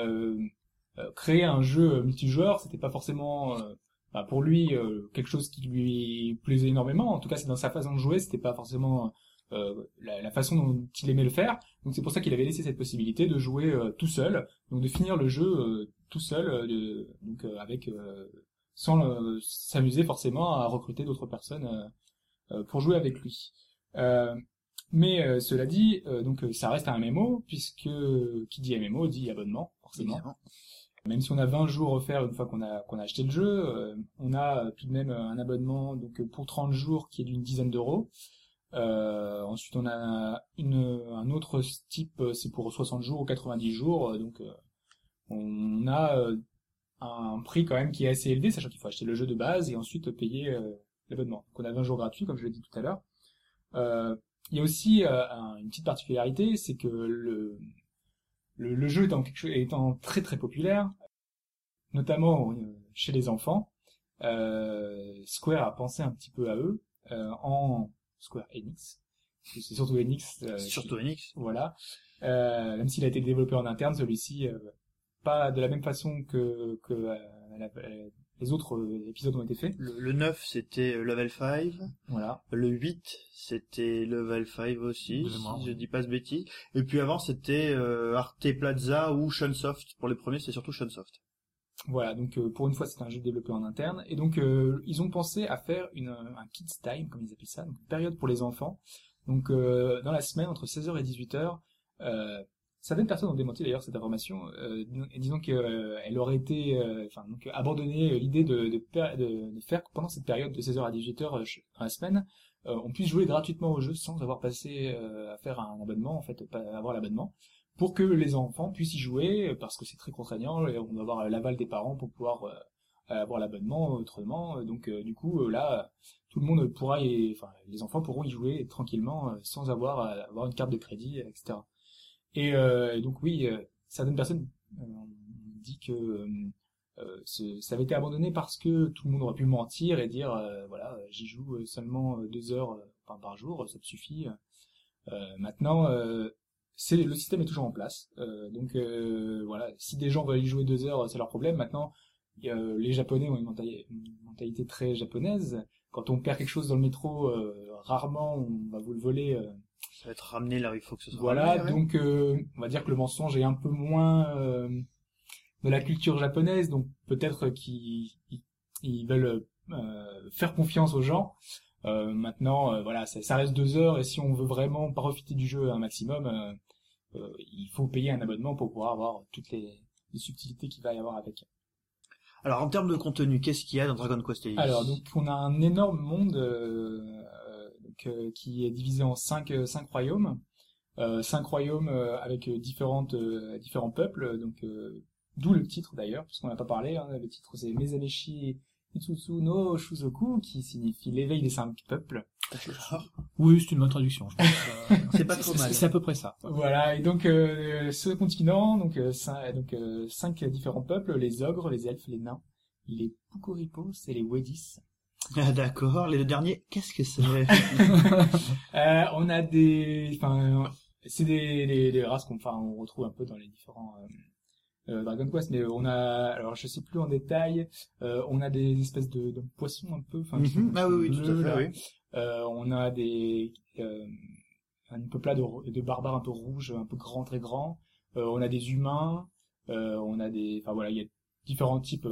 créer un jeu multijoueur, c'était pas forcément pour lui quelque chose qui lui plaisait énormément. En tout cas, c'est dans sa façon de jouer, c'était pas forcément la façon dont il aimait le faire. Donc c'est pour ça qu'il avait laissé cette possibilité de jouer tout seul, donc de finir le jeu tout seul, avec sans s'amuser forcément à recruter d'autres personnes pour jouer avec lui. Mais cela dit, ça reste un MMO, puisque qui dit MMO dit abonnement, forcément. Même si on a 20 jours offerts une fois qu'on a acheté le jeu, on a tout de même un abonnement donc pour 30 jours qui est d'une dizaine d'euros. Ensuite on a un autre type, c'est pour 60 jours ou 90 jours, donc on a un prix quand même qui est assez élevé, sachant qu'il faut acheter le jeu de base et ensuite payer l'abonnement. Donc on a 20 jours gratuits, comme je l'ai dit tout à l'heure. Il y a aussi une petite particularité, c'est que le jeu étant très très populaire, notamment chez les enfants, Square a pensé un petit peu à eux en Square Enix. C'est surtout Enix. Surtout Enix. Voilà. Même s'il a été développé en interne, celui-ci pas de la même façon que les autres épisodes ont été faits. Le 9, c'était Level 5. Voilà. Le 8, c'était Level 5 aussi, si je dis pas de bêtises. Et puis avant, c'était Arte Plaza ou Shunsoft. Pour les premiers, c'est surtout Shunsoft. Voilà, donc pour une fois, c'est un jeu développé en interne. Et donc, ils ont pensé à faire un Kids Time, comme ils appellent ça, donc une période pour les enfants. Donc, dans la semaine, entre 16h et 18h, certaines personnes ont démenti d'ailleurs cette information, disant qu'elle aurait été, donc abandonné l'idée de faire pendant cette période de 16h à 18h dans la semaine, on puisse jouer gratuitement au jeu sans avoir passé à faire un abonnement, en fait, pas avoir l'abonnement, pour que les enfants puissent y jouer, parce que c'est très contraignant, et on doit avoir l'aval des parents pour pouvoir avoir l'abonnement autrement. Donc du coup là, tout le monde pourra, les enfants pourront y jouer tranquillement sans avoir une carte de crédit, etc. Et donc oui, certaines personnes ont dit que ça avait été abandonné parce que tout le monde aurait pu mentir et dire voilà, j'y joue seulement 2 heures par jour, ça me suffit. Maintenant, le système est toujours en place. Donc voilà, si des gens veulent y jouer 2 heures, c'est leur problème. Maintenant, les Japonais ont une mentalité très japonaise. Quand on perd quelque chose dans le métro, rarement on va vous le voler. Ça va être ramené là où il faut que ce soit voilà, ramené, donc on va dire que le mensonge est un peu moins de la culture japonaise, donc peut-être qu'ils veulent faire confiance aux gens. Maintenant, voilà, ça reste 2 heures, et si on veut vraiment profiter du jeu un maximum, il faut payer un abonnement pour pouvoir avoir toutes les subtilités qu'il va y avoir avec. Alors en termes de contenu, qu'est-ce qu'il y a dans Dragon Quest Elite? Alors donc on a un énorme monde qui est divisé en 5 royaumes, 5 royaumes avec différents peuples, donc d'où le titre d'ailleurs, puisqu'on n'a pas parlé, hein, le titre c'est Mezameshi Itsutsu no Shuzoku, qui signifie l'éveil des 5 peuples. Oui, c'est une bonne traduction, je pense. C'est pas trop mal. C'est à peu près ça. Voilà, et donc ce continent, donc 5 différents peuples, les ogres, les elfes, les nains, les Pukoripos et les Wedis. Ah, d'accord, les deux derniers, qu'est-ce que c'est? On a c'est des races on retrouve un peu dans les différents Dragon Quest, mais on a, alors je sais plus en détail, on a des espèces de poissons un peu, Ah oui, tout à fait, oui. On a une peuplade de barbares un peu rouges, un peu grands, très grands. On a des humains, on a voilà, il y a différents types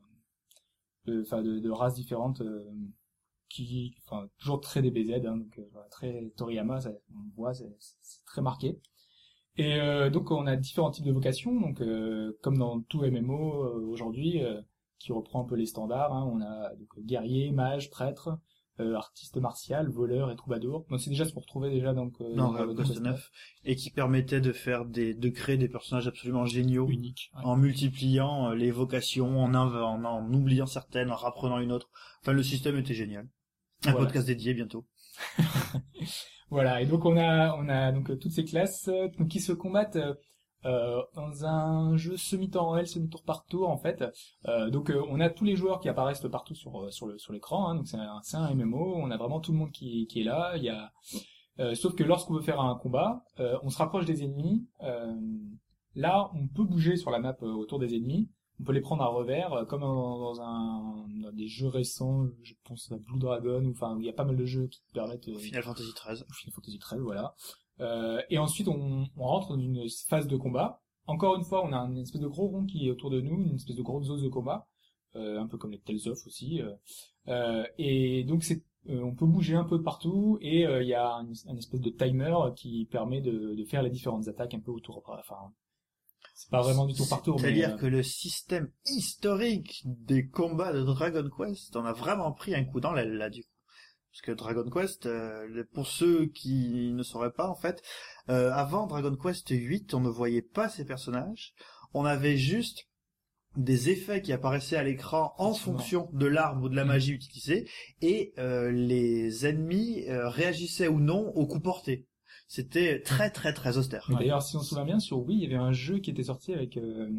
de races différentes toujours très DBZ, hein, donc très Toriyama, on voit, c'est très marqué. Et donc on a différents types de vocations, donc comme dans tout MMO aujourd'hui, qui reprend un peu les standards, hein, on a donc guerrier, mage, prêtre, artiste martial, voleur et troubadour. Donc c'est déjà ce qu'on retrouvait déjà dans Dragon Quest 9, et qui permettait de créer des personnages absolument géniaux, Unique. Ouais. en multipliant les vocations, en oubliant certaines, en rapprenant une autre. Enfin, le système était génial. Un podcast dédié bientôt. Voilà, et donc on a donc toutes ces classes donc qui se combattent dans un jeu semi-temps réel, semi-tour par tour en fait. Donc on a tous les joueurs qui apparaissent partout sur l'écran, hein, donc c'est un MMO, on a vraiment tout le monde qui est là, il y a sauf que lorsqu'on veut faire un combat, on se rapproche des ennemis. Là, on peut bouger sur la map autour des ennemis. On peut les prendre à revers, comme dans des jeux récents, je pense à Blue Dragon, il y a pas mal de jeux qui permettent... Final Fantasy XIII. Final Fantasy XIII, voilà. Et ensuite, on rentre dans une phase de combat. Encore une fois, on a une espèce de gros rond qui est autour de nous, une espèce de grosse zone de combat, un peu comme les Tales of aussi. Et donc, on peut bouger un peu de partout, et il y a une espèce de timer qui permet de faire les différentes attaques un peu autour... C'est pas vraiment du tour par tour, mais C'est-à-dire que le système historique des combats de Dragon Quest, on a vraiment pris un coup dans l'aile là du coup. Parce que Dragon Quest, pour ceux qui ne sauraient pas en fait, avant Dragon Quest 8, on ne voyait pas ces personnages. On avait juste des effets qui apparaissaient à l'écran en fonction de l'arme ou de la magie utilisée, et les ennemis réagissaient ou non au coup porté. C'était très très très austère. D'ailleurs, si on se souvient bien, sur Wii, il y avait un jeu qui était sorti avec,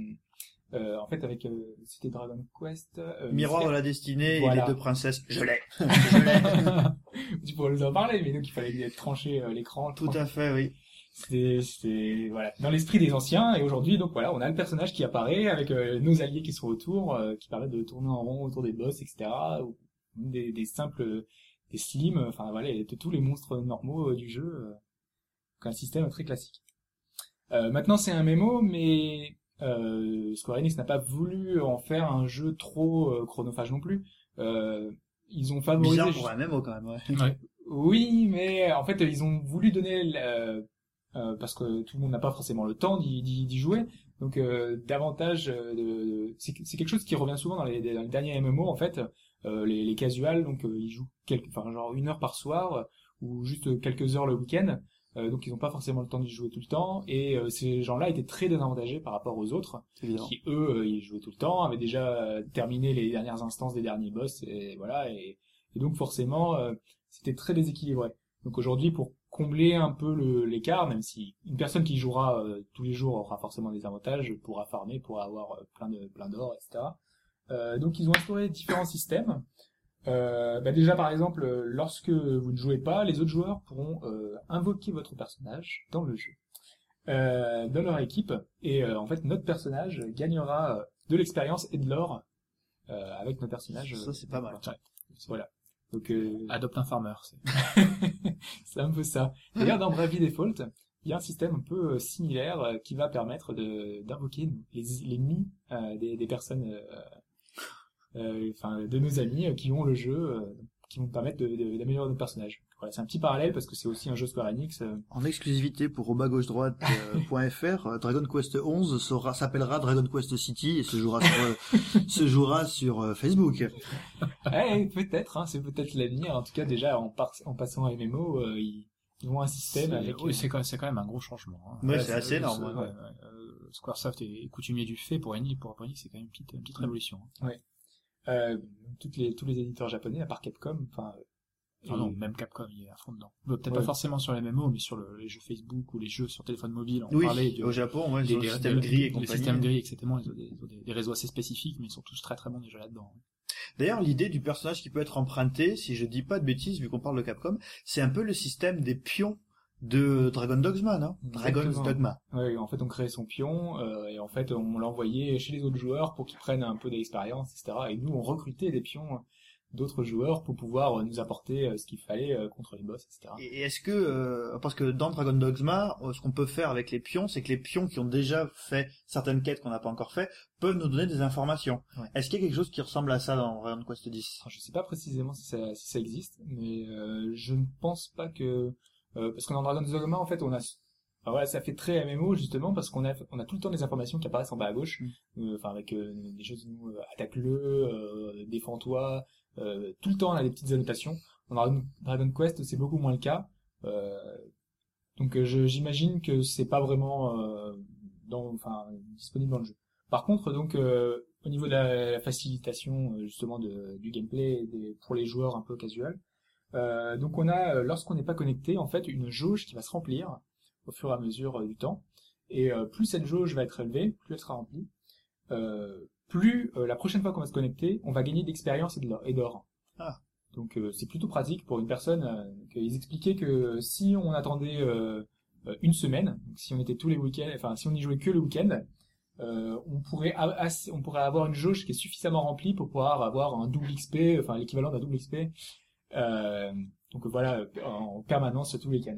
c'était Dragon Quest. Miroir de la destinée voilà. et les deux princesses. Je l'ai. Tu pourrais nous en parler, mais donc il fallait trancher l'écran. Tout à fait, oui. C'était voilà, dans l'esprit des anciens, et aujourd'hui, donc voilà, on a le personnage qui apparaît avec nos alliés qui sont autour, qui permettent de tourner en rond autour des boss, etc. Ou des simples, des slims, enfin voilà, de tous les monstres normaux du jeu. Un système très classique. Maintenant, c'est un MMO, mais Square Enix n'a pas voulu en faire un jeu trop chronophage non plus. Ils ont favorisé... Bizarre pour un MMO quand même, ouais. Oui, mais en fait, ils ont voulu donner... parce que tout le monde n'a pas forcément le temps d'y jouer, donc davantage... c'est quelque chose qui revient souvent dans les derniers MMO, en fait. Les casuals, donc ils jouent genre 1 heure par soir, ou juste quelques heures le week-end. Donc ils n'ont pas forcément le temps d'y jouer tout le temps, et ces gens-là étaient très désavantagés par rapport aux autres, qui eux y jouaient tout le temps, avaient déjà terminé les dernières instances des derniers boss, et voilà, et donc forcément c'était très déséquilibré. Donc aujourd'hui, pour combler un peu l'écart, même si une personne qui jouera tous les jours aura forcément des avantages, pourra farmer, pourra avoir plein d'or, etc. Donc ils ont instauré différents systèmes. Déjà par exemple, lorsque vous ne jouez pas, les autres joueurs pourront invoquer votre personnage dans le jeu, dans leur équipe, et en fait notre personnage gagnera de l'expérience et de l'or avec nos personnages. Ça c'est pas mal. Ouais. Voilà. Donc Adopte un farmer. c'est un peu ça. D'ailleurs dans Bravely Default, il y a un système un peu similaire qui va permettre d'invoquer les nids des personnes. De nos amis qui ont le jeu, qui vont permettre d'améliorer notre personnage. Voilà, c'est un petit parallèle parce que c'est aussi un jeu Square Enix. En exclusivité pour robagauche-droite.fr, Dragon Quest 11 s'appellera Dragon Quest City et se jouera sur Facebook. Peut-être, hein, c'est peut-être l'avenir. En tout cas, déjà en passant à MMO, ils ont un système avec. Oui, c'est quand même un gros changement. Hein. Ouais, c'est assez énorme. Ouais. Squaresoft est coutumier du fait pour Enix, c'est quand même une petite révolution. Hein. Ouais. Tous les éditeurs japonais, à part Capcom, non, même Capcom, il est à fond dedans. Peut-être pas forcément sur les MMO, mais sur les jeux Facebook ou les jeux sur téléphone mobile. On parlait au Japon, ouais, des systèmes gris et compagnie. Les systèmes gris, etc. Ils ont des réseaux assez spécifiques, mais ils sont tous très très bons déjà là-dedans. D'ailleurs, l'idée du personnage qui peut être emprunté, si je dis pas de bêtises, vu qu'on parle de Capcom, c'est un peu le système des pions de Dragon Dogma, non? Dragon's Dogma. Ouais, en fait, on crée son pion, et en fait, on l'envoyait chez les autres joueurs pour qu'ils prennent un peu d'expérience, etc. Et nous, on recrutait des pions d'autres joueurs pour pouvoir nous apporter ce qu'il fallait contre les boss, etc. Et est-ce que, parce que dans Dragon Dogma, ce qu'on peut faire avec les pions, c'est que les pions qui ont déjà fait certaines quêtes qu'on n'a pas encore fait, peuvent nous donner des informations. Ouais. Est-ce qu'il y a quelque chose qui ressemble à ça dans Dragon Quest X? Je sais pas précisément si ça existe, mais je ne pense pas que... parce que dans Dragon's Dogma, en fait, ça fait très MMO justement parce qu'on a tout le temps des informations qui apparaissent en bas à gauche, avec des choses attaque-le, défends-toi, tout le temps on a des petites annotations. Dans Dragon Quest, c'est beaucoup moins le cas, donc j'imagine que c'est pas vraiment disponible dans le jeu. Par contre, donc au niveau de la facilitation justement du gameplay pour les joueurs un peu casual. Donc on a, lorsqu'on n'est pas connecté, en fait, une jauge qui va se remplir au fur et à mesure du temps. Et plus cette jauge va être élevée, plus elle sera remplie, plus la prochaine fois qu'on va se connecter, on va gagner d'expérience et d'or. Ah. Donc c'est plutôt pratique pour une personne. Ils expliquaient que si on attendait une semaine, donc si on était tous les week-ends, si on n'y jouait que le week-end, on pourrait avoir une jauge qui est suffisamment remplie pour pouvoir avoir un double XP, l'équivalent d'un double XP. Donc voilà, en permanence tous les week-ends.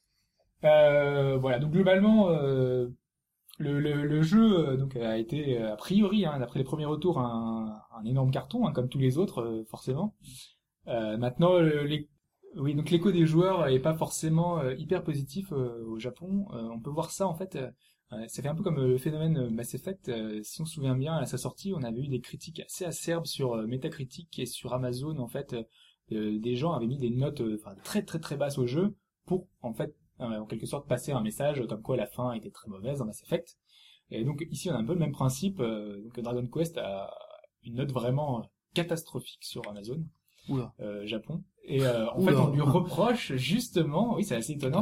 Donc globalement le jeu donc a été a priori d'après les premiers retours un énorme carton comme tous les autres forcément. Maintenant donc l'écho des joueurs est pas forcément hyper positif au Japon. On peut voir ça en fait Ça fait un peu comme le phénomène Mass Effect. Si on se souvient bien, à sa sortie, on avait eu des critiques assez acerbes sur Metacritic et sur Amazon. En fait, des gens avaient mis des notes très très très basses au jeu pour, en fait, en quelque sorte, passer un message comme quoi la fin était très mauvaise dans Mass Effect. Et donc ici, on a un peu le même principe. Donc Dragon Quest a une note vraiment catastrophique sur Amazon. Oula. Japon. Et en fait, on lui reproche justement, oui, c'est assez étonnant,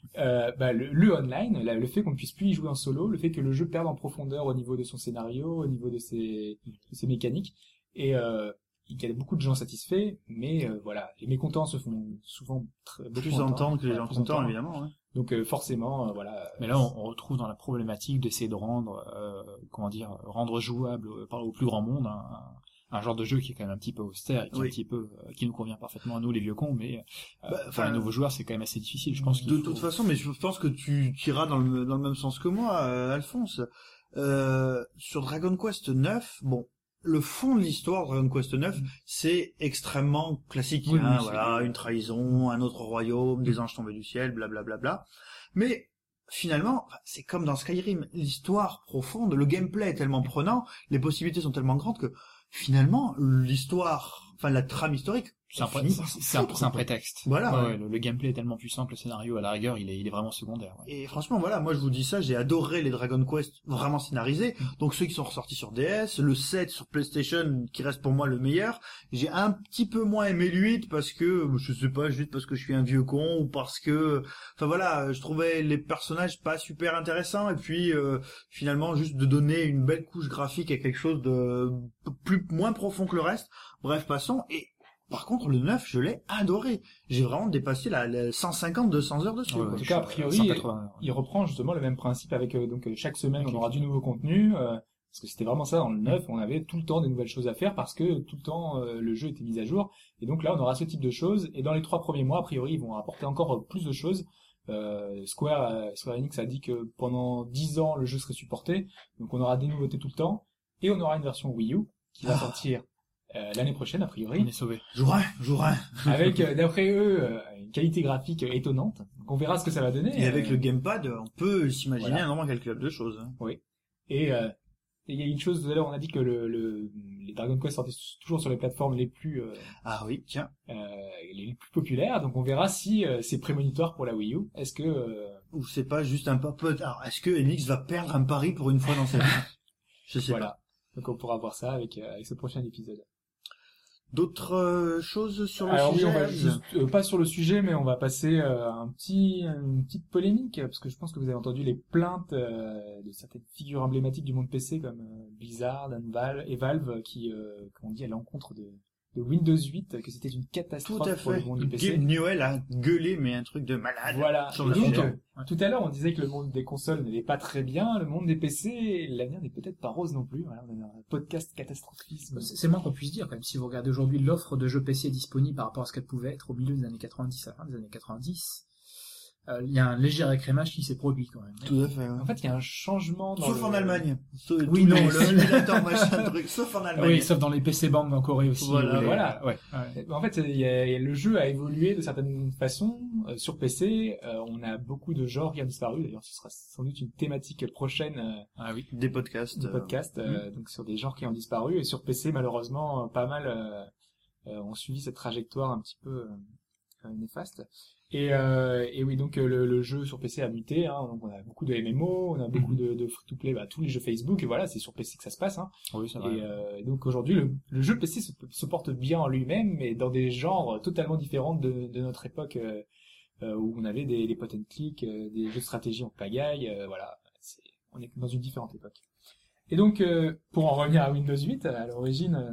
le online, le fait qu'on ne puisse plus y jouer en solo, le fait que le jeu perde en profondeur au niveau de son scénario, au niveau de ses mécaniques, et il y a beaucoup de gens satisfaits, mais voilà, les mécontents se font souvent plus entendre que les gens contents, évidemment. Ouais. Donc forcément, voilà. Mais là, on retrouve dans la problématique d'essayer de rendre, rendre jouable au plus grand monde un genre de jeu qui est quand même un petit peu austère et qui est un petit peu qui nous convient parfaitement à nous les vieux cons, mais pour les nouveaux joueurs c'est quand même assez difficile, je pense. De toute façon, mais je pense que tu iras dans le même sens que moi, Alphonse. Sur Dragon Quest 9, bon, le fond de l'histoire de Dragon Quest 9, c'est extrêmement classique. Oui, voilà, une trahison, un autre royaume, des anges tombés du ciel, blablabla. Mais finalement, c'est comme dans Skyrim, l'histoire profonde, le gameplay est tellement prenant, les possibilités sont tellement grandes que finalement, l'histoire, la trame historique, c'est un prétexte. Voilà. Le gameplay est tellement puissant que le scénario, à la rigueur, il est vraiment secondaire. Ouais. Et franchement, voilà, moi je vous dis ça, j'ai adoré les Dragon Quest vraiment scénarisés. Donc ceux qui sont ressortis sur DS, le 7 sur PlayStation, qui reste pour moi le meilleur. J'ai un petit peu moins aimé le 8 parce que, je sais pas, juste parce que je suis un vieux con ou parce que, je trouvais les personnages pas super intéressants et puis finalement juste de donner une belle couche graphique à quelque chose de moins profond que le reste. Bref, passons. Et par contre, le 9, je l'ai adoré. J'ai vraiment dépassé la 150-200 heures dessus. En tout cas, a priori, il reprend justement le même principe avec chaque semaine, on aura du nouveau contenu. Parce que c'était vraiment ça dans le 9, on avait tout le temps des nouvelles choses à faire parce que tout le temps le jeu était mis à jour. Et donc là, on aura ce type de choses. Et dans les 3 premiers mois, a priori, ils vont apporter encore plus de choses. Square Enix a dit que pendant 10 ans, le jeu serait supporté. Donc on aura des nouveautés tout le temps. Et on aura une version Wii U qui va sortir l'année prochaine, a priori. On est sauvé. Jouerai. Avec, d'après eux, une qualité graphique étonnante. Donc on verra ce que ça va donner. Et avec le gamepad, on peut s'imaginer un nombre incalculable de choses. Oui. Et il y a une chose, tout à l'heure, on a dit que les Dragon Quest sortaient toujours sur les plateformes les plus ah oui, tiens, les plus populaires. Donc on verra si c'est prémonitoire pour la Wii U. Est-ce que ou c'est pas juste un papote. Alors est-ce que Enix va perdre un pari pour une fois dans sa vie? Je sais pas. Donc on pourra voir ça avec ce prochain épisode. D'autres choses sur le sujet? Oui, on va juste, pas sur le sujet, mais on va passer une petite polémique, parce que je pense que vous avez entendu les plaintes de certaines figures emblématiques du monde PC, comme Blizzard et Valve, qui ont dit à l'encontre de Windows 8 que c'était une catastrophe pour le monde du PC. Gabe Newell a gueulé, mais un truc de malade. Voilà. Et donc, tout à l'heure, on disait que le monde des consoles n'allait pas très bien, le monde des PC, l'avenir n'est peut-être pas rose non plus. Voilà, on a un podcast catastrophisme. C'est moins qu'on puisse dire, quand même. Si vous regardez aujourd'hui l'offre de jeux PC disponible par rapport à ce qu'elle pouvait être au milieu des années 90, à la fin des années 90, il y a un léger écrémage qui s'est produit quand même. Tout à fait. Ouais. En fait, il y a un changement dans sauf en Allemagne. Oui, non, le simulateur machin truc. Sauf en Allemagne. Oui, sauf dans les PC Bang en Corée aussi. Voilà. Ouais. En fait, le jeu a évolué de certaines façons sur PC. On a beaucoup de genres qui ont disparu. D'ailleurs, ce sera sans doute une thématique prochaine. Des podcasts. Donc sur des genres qui ont disparu. Et sur PC, malheureusement, pas mal ont suivi cette trajectoire un petit peu néfaste. Et oui, donc le jeu sur PC a muté, hein, donc on a beaucoup de MMO, on a beaucoup de free-to-play, tous les jeux Facebook, et voilà, c'est sur PC que ça se passe, hein. Oui, c'est vrai. Et donc aujourd'hui, le jeu PC se porte bien en lui-même, mais dans des genres totalement différents de notre époque, où on avait des point and click, des jeux de stratégie en pagaille, voilà, on est dans une différente époque. Et donc, pour en revenir à Windows 8, à l'origine,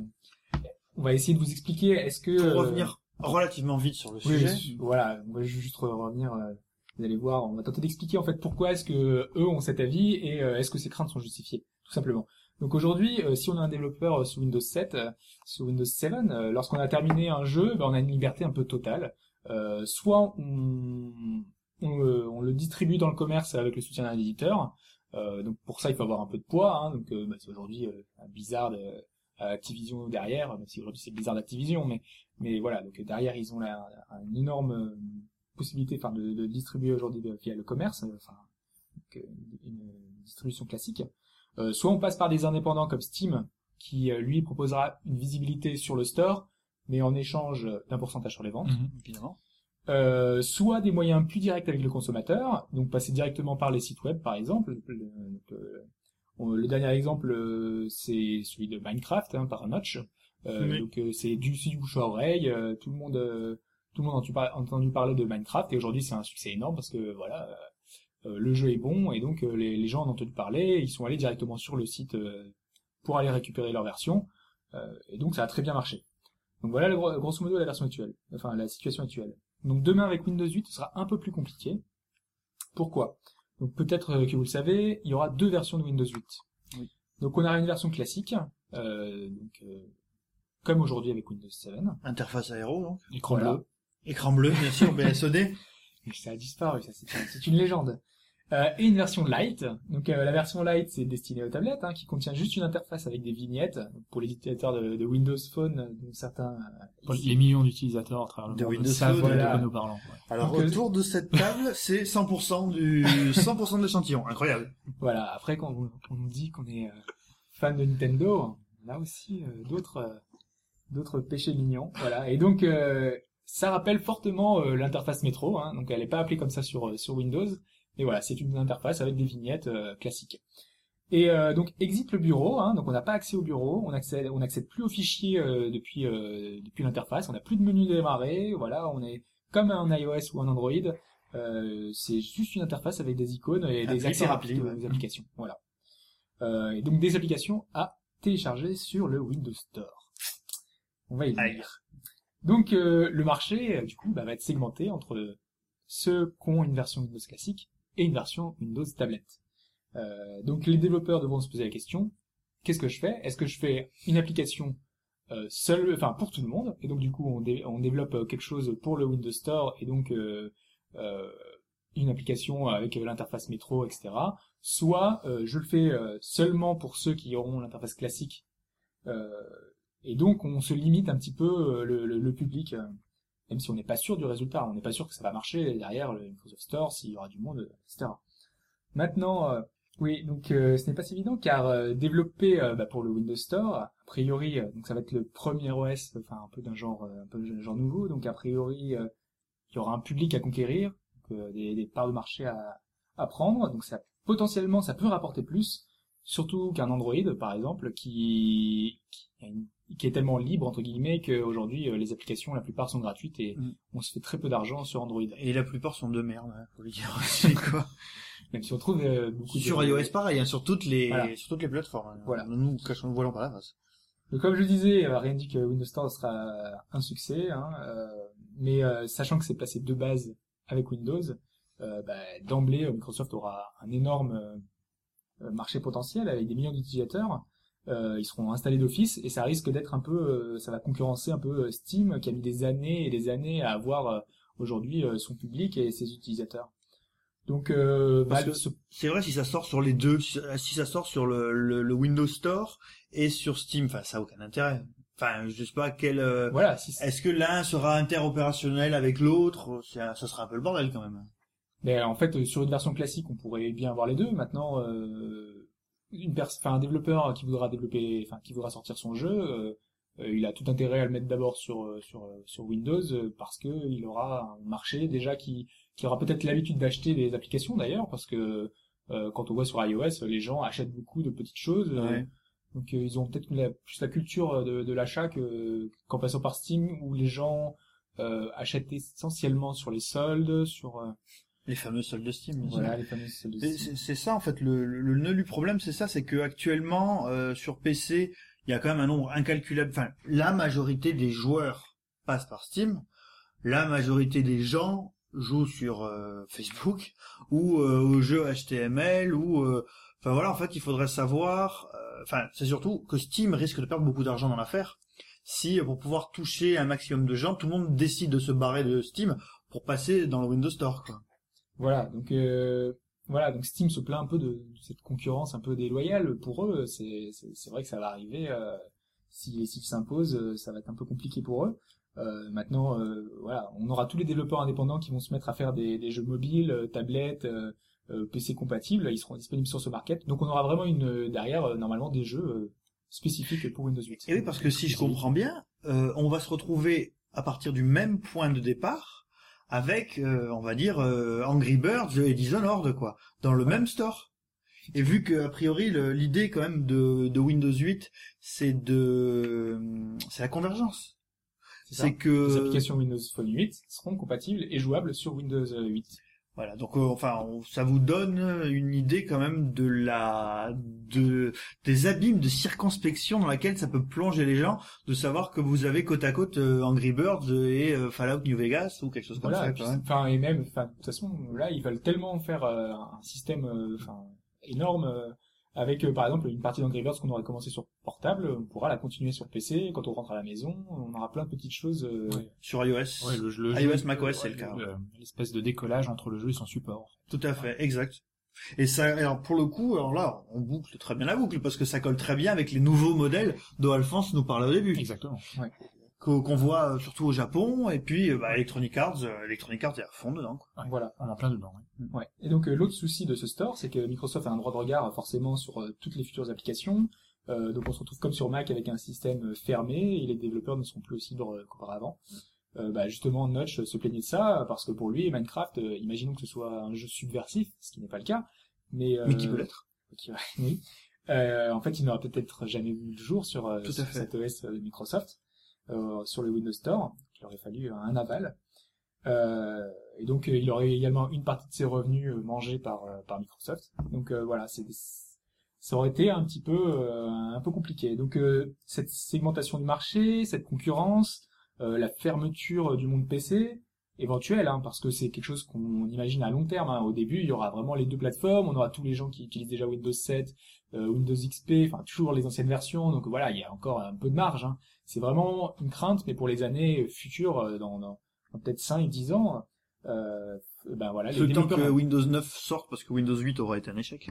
on va essayer de vous expliquer, est-ce que... Pour revenir relativement vite sur le sujet. Voilà, on va juste revenir, vous allez voir, on va tenter d'expliquer en fait pourquoi est-ce que eux ont cet avis et est-ce que ces craintes sont justifiées, tout simplement. Donc aujourd'hui, si on est un développeur sous Windows 7, sous Windows 7, lorsqu'on a terminé un jeu, on a une liberté un peu totale. Soit on le distribue dans le commerce avec le soutien d'un éditeur, donc pour ça il faut avoir un peu de poids, hein, donc c'est aujourd'hui Blizzard, Activision derrière, même si aujourd'hui c'est Blizzard Activision, mais voilà, donc derrière ils ont une énorme possibilité, de distribuer aujourd'hui via le commerce, donc une distribution classique. Soit on passe par des indépendants comme Steam, qui lui proposera une visibilité sur le store, mais en échange d'un pourcentage sur les ventes, évidemment. Soit des moyens plus directs avec le consommateur, donc passer directement par les sites web, par exemple. Le dernier exemple, c'est celui de Minecraft, par Notch. Donc c'est du bouche à oreille. Tout le monde a entendu parler de Minecraft, et aujourd'hui c'est un succès énorme parce que voilà, le jeu est bon, et donc les gens en ont entendu parler, ils sont allés directement sur le site pour aller récupérer leur version, et donc ça a très bien marché. Donc voilà grosso modo la version actuelle, enfin la situation actuelle. Donc demain avec Windows 8, ce sera un peu plus compliqué. Pourquoi ? Donc peut-être que vous le savez, il y aura 2 versions de Windows 8. Oui. Donc on aura une version classique, comme aujourd'hui avec Windows 7. Interface aéro, donc. Écran bleu. Écran bleu, bien sûr, BSOD. Ça a disparu, ça c'est une légende. Et une version light. Donc la version light, c'est destiné aux tablettes, qui contient juste une interface avec des vignettes pour les utilisateurs de Windows Phone, donc certains. Pour les millions d'utilisateurs à travers le de monde. Windows Phone, voilà. de nos parlants. Ouais. Alors donc, autour de cette table, c'est 100% de l'échantillon. Incroyable. Voilà. Après, quand on nous dit qu'on est fan de Nintendo, on a aussi d'autres péchés mignons. Voilà. Et donc ça rappelle fortement l'interface métro, donc elle n'est pas appelée comme ça sur Windows, mais voilà, c'est une interface avec des vignettes classiques. Et donc exit le bureau, donc on n'a pas accès au bureau, on accède plus aux fichiers depuis l'interface, on n'a plus de menu démarrer, voilà, on est comme un iOS ou un Android, c'est juste une interface avec des icônes et des accès rapides aux applications, voilà. Et donc des applications à télécharger sur le Windows Store. On va y venir. Donc le marché, du coup, va être segmenté entre ceux qui ont une version Windows classique et une version Windows tablette. Donc les développeurs devront se poser la question, qu'est-ce que je fais ? Est-ce que je fais une application seule, enfin pour tout le monde, et donc du coup on développe quelque chose pour le Windows Store, et donc une application avec l'interface métro, etc. Soit je le fais seulement pour ceux qui auront l'interface classique, et donc on se limite un petit peu le public, même si on n'est pas sûr du résultat, on n'est pas sûr que ça va marcher derrière le Microsoft Store, s'il y aura du monde, etc. Maintenant, oui, donc ce n'est pas si évident, car développer pour le Windows Store, a priori, donc ça va être le premier OS, enfin un peu d'un genre nouveau, donc a priori il y aura un public à conquérir, donc, des parts de marché à prendre, donc ça potentiellement ça peut rapporter plus, surtout qu'un Android par exemple qui est tellement libre entre guillemets qu'aujourd'hui les applications la plupart sont gratuites et on se fait très peu d'argent sur Android. Et la plupart sont de merde, faut le dire aussi, quoi. Même si on trouve beaucoup sur iOS pareil, sur toutes les plateformes. Voilà. Nous cachons le volant par la face. Donc comme je disais, rien dit que Windows Store sera un succès, mais sachant que c'est placé de base avec Windows, d'emblée Microsoft aura un énorme marché potentiel avec des millions d'utilisateurs. Ils seront installés d'office et ça risque d'être un peu, ça va concurrencer un peu Steam qui a mis des années et des années à avoir aujourd'hui son public et ses utilisateurs. Donc c'est vrai, si ça sort sur les deux, si ça sort sur le Windows Store et sur Steam, enfin ça a aucun intérêt. Enfin, je sais pas quel. Voilà. Est-ce que l'un sera interopérationnel avec l'autre ? Ça sera un peu le bordel quand même. Mais en fait, sur une version classique, on pourrait bien avoir les deux. Maintenant, un développeur qui voudra sortir son jeu, il a tout intérêt à le mettre d'abord sur Windows parce que il aura un marché déjà qui aura peut-être l'habitude d'acheter des applications d'ailleurs, parce que quand on voit sur iOS, les gens achètent beaucoup de petites choses. Ouais. Donc ils ont peut-être plus la culture de l'achat qu'en passant par Steam, où les gens achètent essentiellement sur les soldes, sur les fameux soldes de Steam. Voilà, les fameux soldes de Steam. C'est ça en fait le nœud du problème, c'est ça, c'est que actuellement sur PC, il y a quand même un nombre incalculable. Enfin, la majorité des joueurs passent par Steam, la majorité des gens jouent sur Facebook ou aux jeux HTML ou enfin voilà, en fait il faudrait savoir c'est surtout que Steam risque de perdre beaucoup d'argent dans l'affaire si pour pouvoir toucher un maximum de gens, tout le monde décide de se barrer de Steam pour passer dans le Windows Store, quoi. Voilà, donc Steam se plaint un peu de cette concurrence un peu déloyale pour eux. C'est vrai que ça va arriver si les CIF s'imposent, ça va être un peu compliqué pour eux. Maintenant, on aura tous les développeurs indépendants qui vont se mettre à faire des jeux mobiles, tablettes, PC compatibles, ils seront disponibles sur ce market. Donc on aura vraiment derrière normalement des jeux spécifiques pour Windows 8. Et oui, parce que si je comprends bien, on va se retrouver à partir du même point de départ avec, on va dire, Angry Birds et Dishonored, quoi, dans le même store. Et vu que a priori l'idée quand même de Windows 8, c'est la convergence. C'est que les applications Windows Phone 8 seront compatibles et jouables sur Windows 8. Voilà, donc ça vous donne une idée quand même des abîmes de circonspection dans laquelle ça peut plonger les gens, de savoir que vous avez côte à côte Angry Birds et Fallout New Vegas ou quelque chose comme ça. Enfin, et même, de toute façon, là, ils veulent tellement faire un système, énorme. Avec par exemple une partie d'Angry Birds qu'on aurait commencé sur portable, on pourra la continuer sur PC. Quand on rentre à la maison, on aura plein de petites choses sur iOS. Ouais, le iOS, jeu, macOS, c'est le cas. L'espèce de décollage entre le jeu et son support. Tout à fait, exact. Et ça, alors pour le coup, alors là, on boucle très bien la boucle parce que ça colle très bien avec les nouveaux modèles dont Alphonse nous parlait au début. Exactement. Ouais. Qu'on voit surtout au Japon, et puis Electronic Arts est à fond dedans, quoi. Ouais. Voilà, on est en plein dedans. Ouais. Ouais. Et donc l'autre souci de ce store, c'est que Microsoft a un droit de regard forcément sur toutes les futures applications. Donc on se retrouve comme sur Mac avec un système fermé et les développeurs ne sont plus aussi libres qu'auparavant. Justement, Notch se plaignait de ça parce que pour lui, Minecraft, imaginons que ce soit un jeu subversif, ce qui n'est pas le cas, mais qui peut l'être. Oui. En fait, il n'aura peut-être jamais vu le jour sur cet OS de Microsoft. Sur le Windows Store, il aurait fallu un aval. Et donc il aurait également une partie de ses revenus mangés par Microsoft. Donc voilà, ça aurait été un peu compliqué. Donc cette segmentation du marché, cette concurrence, la fermeture du monde PC éventuelle, parce que c'est quelque chose qu'on imagine à long terme. Au début, il y aura vraiment les deux plateformes, on aura tous les gens qui utilisent déjà Windows 7, Windows XP, enfin toujours les anciennes versions. Donc voilà, il y a encore un peu de marge. C'est vraiment une crainte, mais pour les années futures, dans peut-être 5 10 ans, voilà, les développeurs... que Windows 9 sorte, parce que Windows 8 aura été un échec.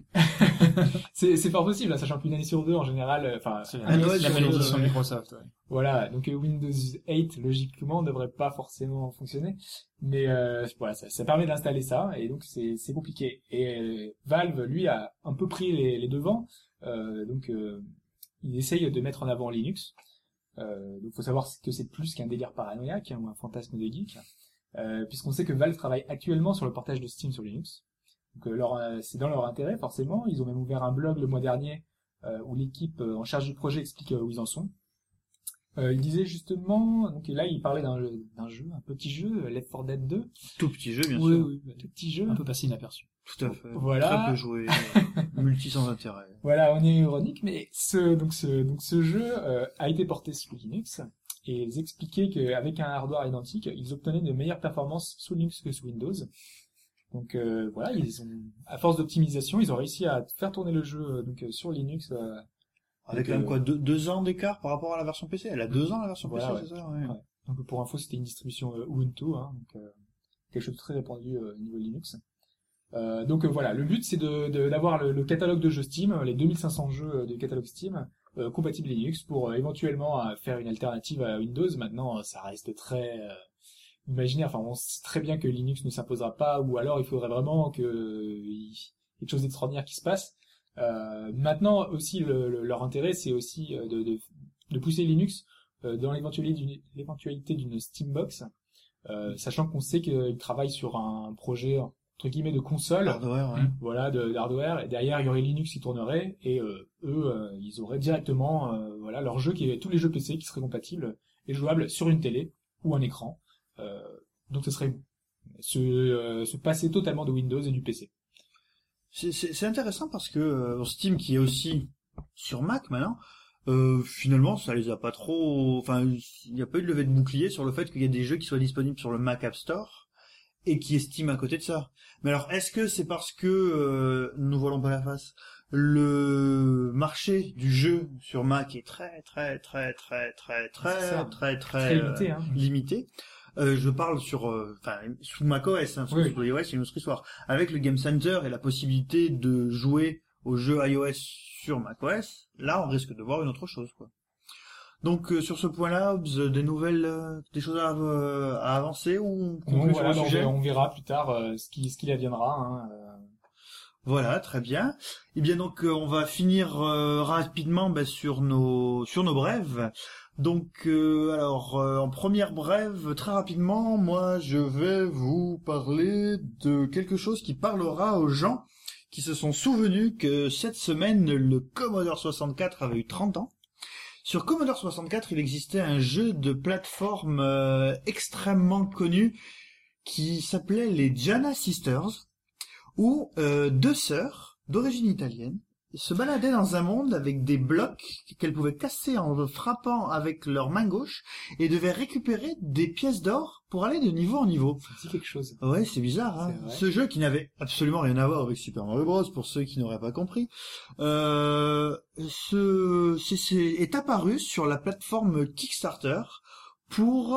c'est fort possible, sachant qu'une année sur deux, en général, c'est la malédiction de Microsoft, ouais. Voilà, donc Windows 8, logiquement, ne devrait pas forcément fonctionner, mais voilà, ça permet d'installer ça, et donc c'est compliqué. Et Valve, lui, a un peu pris les devants, donc il essaye de mettre en avant Linux. Donc faut savoir que c'est plus qu'un délire paranoïaque ou un fantasme de geek, puisqu'on sait que Valve travaille actuellement sur le portage de Steam sur Linux. Donc c'est dans leur intérêt forcément. Ils ont même ouvert un blog le mois dernier où l'équipe en charge du projet explique où ils en sont. Il disait justement, donc là il parlait d'un jeu, un petit jeu, Left 4 Dead 2. Tout petit jeu bien sûr. Oui, tout petit jeu. Un peu passé inaperçu. Tout à fait. Voilà. Très peu joué, multi sans intérêt. Voilà, on est ironique, mais ce jeu a été porté sous Linux, et ils expliquaient qu'avec un hardware identique, ils obtenaient de meilleures performances sous Linux que sous Windows. Donc voilà, à force d'optimisation, ils ont réussi à faire tourner le jeu sur Linux. Avec quand même quoi, 2 ans d'écart par rapport à la version PC. Elle a 2 ans la version PC, c'est ça, ouais. Donc pour info, c'était une distribution Ubuntu, donc quelque chose de très répandu au niveau Linux. Donc voilà, le but c'est d'avoir le catalogue de jeux Steam, les 2500 jeux du catalogue Steam compatibles Linux pour éventuellement faire une alternative à Windows. Maintenant, ça reste très imaginaire. Enfin, on sait très bien que Linux ne s'imposera pas, ou alors il faudrait vraiment qu'il y ait quelque chose d'extraordinaire qui se passe. Maintenant aussi, leur intérêt c'est aussi de pousser Linux dans l'éventualité d'une Steambox, sachant qu'on sait qu'ils travaillent sur un projet entre guillemets de console, hardware, ouais. Voilà, de hardware, et derrière il y aurait Linux qui tournerait, et ils auraient directement leurs jeux, tous les jeux PC qui seraient compatibles et jouables sur une télé ou un écran. Donc ce serait se passer totalement de Windows et du PC. C'est intéressant parce que Steam, qui est aussi sur Mac maintenant, finalement ça les a pas trop, enfin il n'y a pas eu de levée de bouclier sur le fait qu'il y ait des jeux qui soient disponibles sur le Mac App Store et qui estiment à côté de ça. Mais alors, est-ce que c'est parce que, nous voilons pas la face, le marché du jeu sur Mac est très limité, limité. Je parle sous macOS, sous iOS, c'est une autre histoire. Avec le Game Center et la possibilité de jouer aux jeux iOS sur macOS, là, on risque de voir une autre chose, quoi. Donc sur ce point-là, des nouvelles, des choses à avancer ou on verra plus tard ce qu'il adviendra. Voilà, très bien. Eh bien donc on va finir rapidement sur nos brèves. Donc en première brève, très rapidement, moi je vais vous parler de quelque chose qui parlera aux gens qui se sont souvenus que cette semaine le Commodore 64 avait eu 30 ans. Sur Commodore 64, il existait un jeu de plateforme extrêmement connu qui s'appelait les Giana Sisters, où deux sœurs d'origine italienne se baladaient dans un monde avec des blocs qu'elles pouvaient casser en frappant avec leur main gauche et devaient récupérer des pièces d'or pour aller de niveau en niveau. Ça dit quelque chose. Ouais, c'est bizarre, hein. C'est vrai. Ce jeu qui n'avait absolument rien à voir avec Super Mario Bros, pour ceux qui n'auraient pas compris, est apparu sur la plateforme Kickstarter pour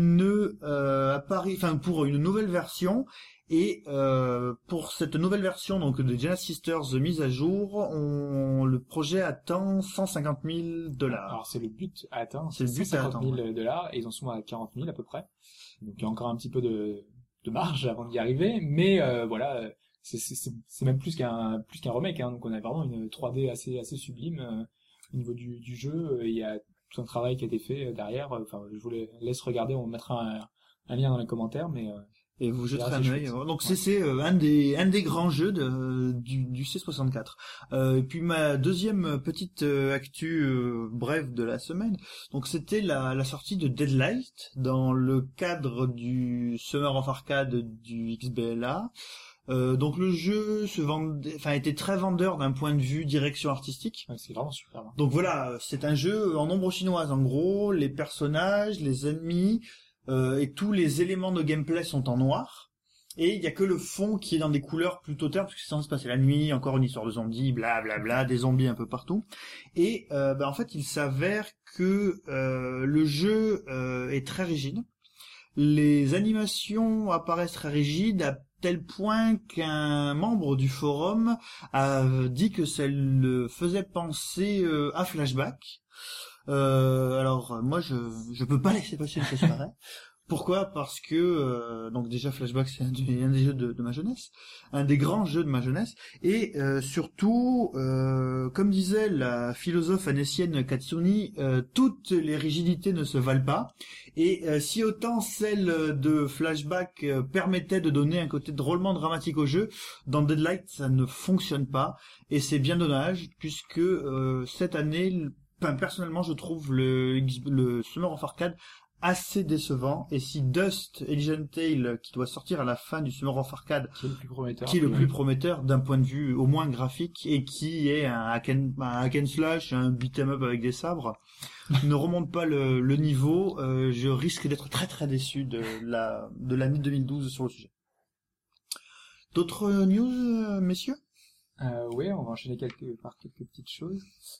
pour une nouvelle version. Et pour cette nouvelle version donc de Giana Sisters mise à jour, le projet attend $150,000. Alors c'est le but à atteindre, C'est le but à atteindre, $150,000 et ils en sont à 40,000 à peu près. Donc il y a encore un petit peu de marge avant d'y arriver, mais voilà, c'est même plus qu'un remake, hein. Donc on a vraiment une 3D assez sublime au niveau du jeu. Il y a tout un travail qui a été fait derrière. Enfin, je vous laisse regarder, on mettra un lien dans les commentaires, mais et vous c'est jetterez assez un œil. chouette. Donc c'est un des grands jeux du C64. Et puis ma deuxième petite actu brève de la semaine. Donc c'était la sortie de Deadlight dans le cadre du Summer of Arcade du XBLA. Donc le jeu était très vendeur d'un point de vue direction artistique. Ouais, c'est vraiment super. Hein. Donc voilà, c'est un jeu en ombre chinoise. En gros, les personnages, les ennemis et tous les éléments de gameplay sont en noir. Et il y a que le fond qui est dans des couleurs plutôt ternes, parce que c'est censé se passer la nuit, encore une histoire de zombies, blablabla, des zombies un peu partout. Et en fait, il s'avère que le jeu est très rigide. Les animations apparaissent très rigides à tel point qu'un membre du forum a dit que ça le faisait penser à Flashback. Alors moi je peux pas laisser passer une chose pareille. Pourquoi ? Parce que donc déjà Flashback c'est un des jeux de ma jeunesse, un des grands jeux de ma jeunesse, et surtout comme disait la philosophe anécienne Katsuni, toutes les rigidités ne se valent pas, et si autant celle de Flashback permettait de donner un côté drôlement dramatique au jeu, dans Deadlight ça ne fonctionne pas, et c'est bien dommage puisque cette année, personnellement je trouve le Summer of Arcade assez décevant, et si Dust et Legend Tale qui doit sortir à la fin du Summer of Arcade Qui est le plus prometteur. qui est le plus prometteur d'un point de vue au moins graphique, et qui est un hack and slash, un beat'em up avec des sabres, ne remonte pas le niveau, je risque d'être très très déçu de l'année 2012 sur le sujet. D'autres news, messieurs? Oui, on va enchaîner par quelques petites choses.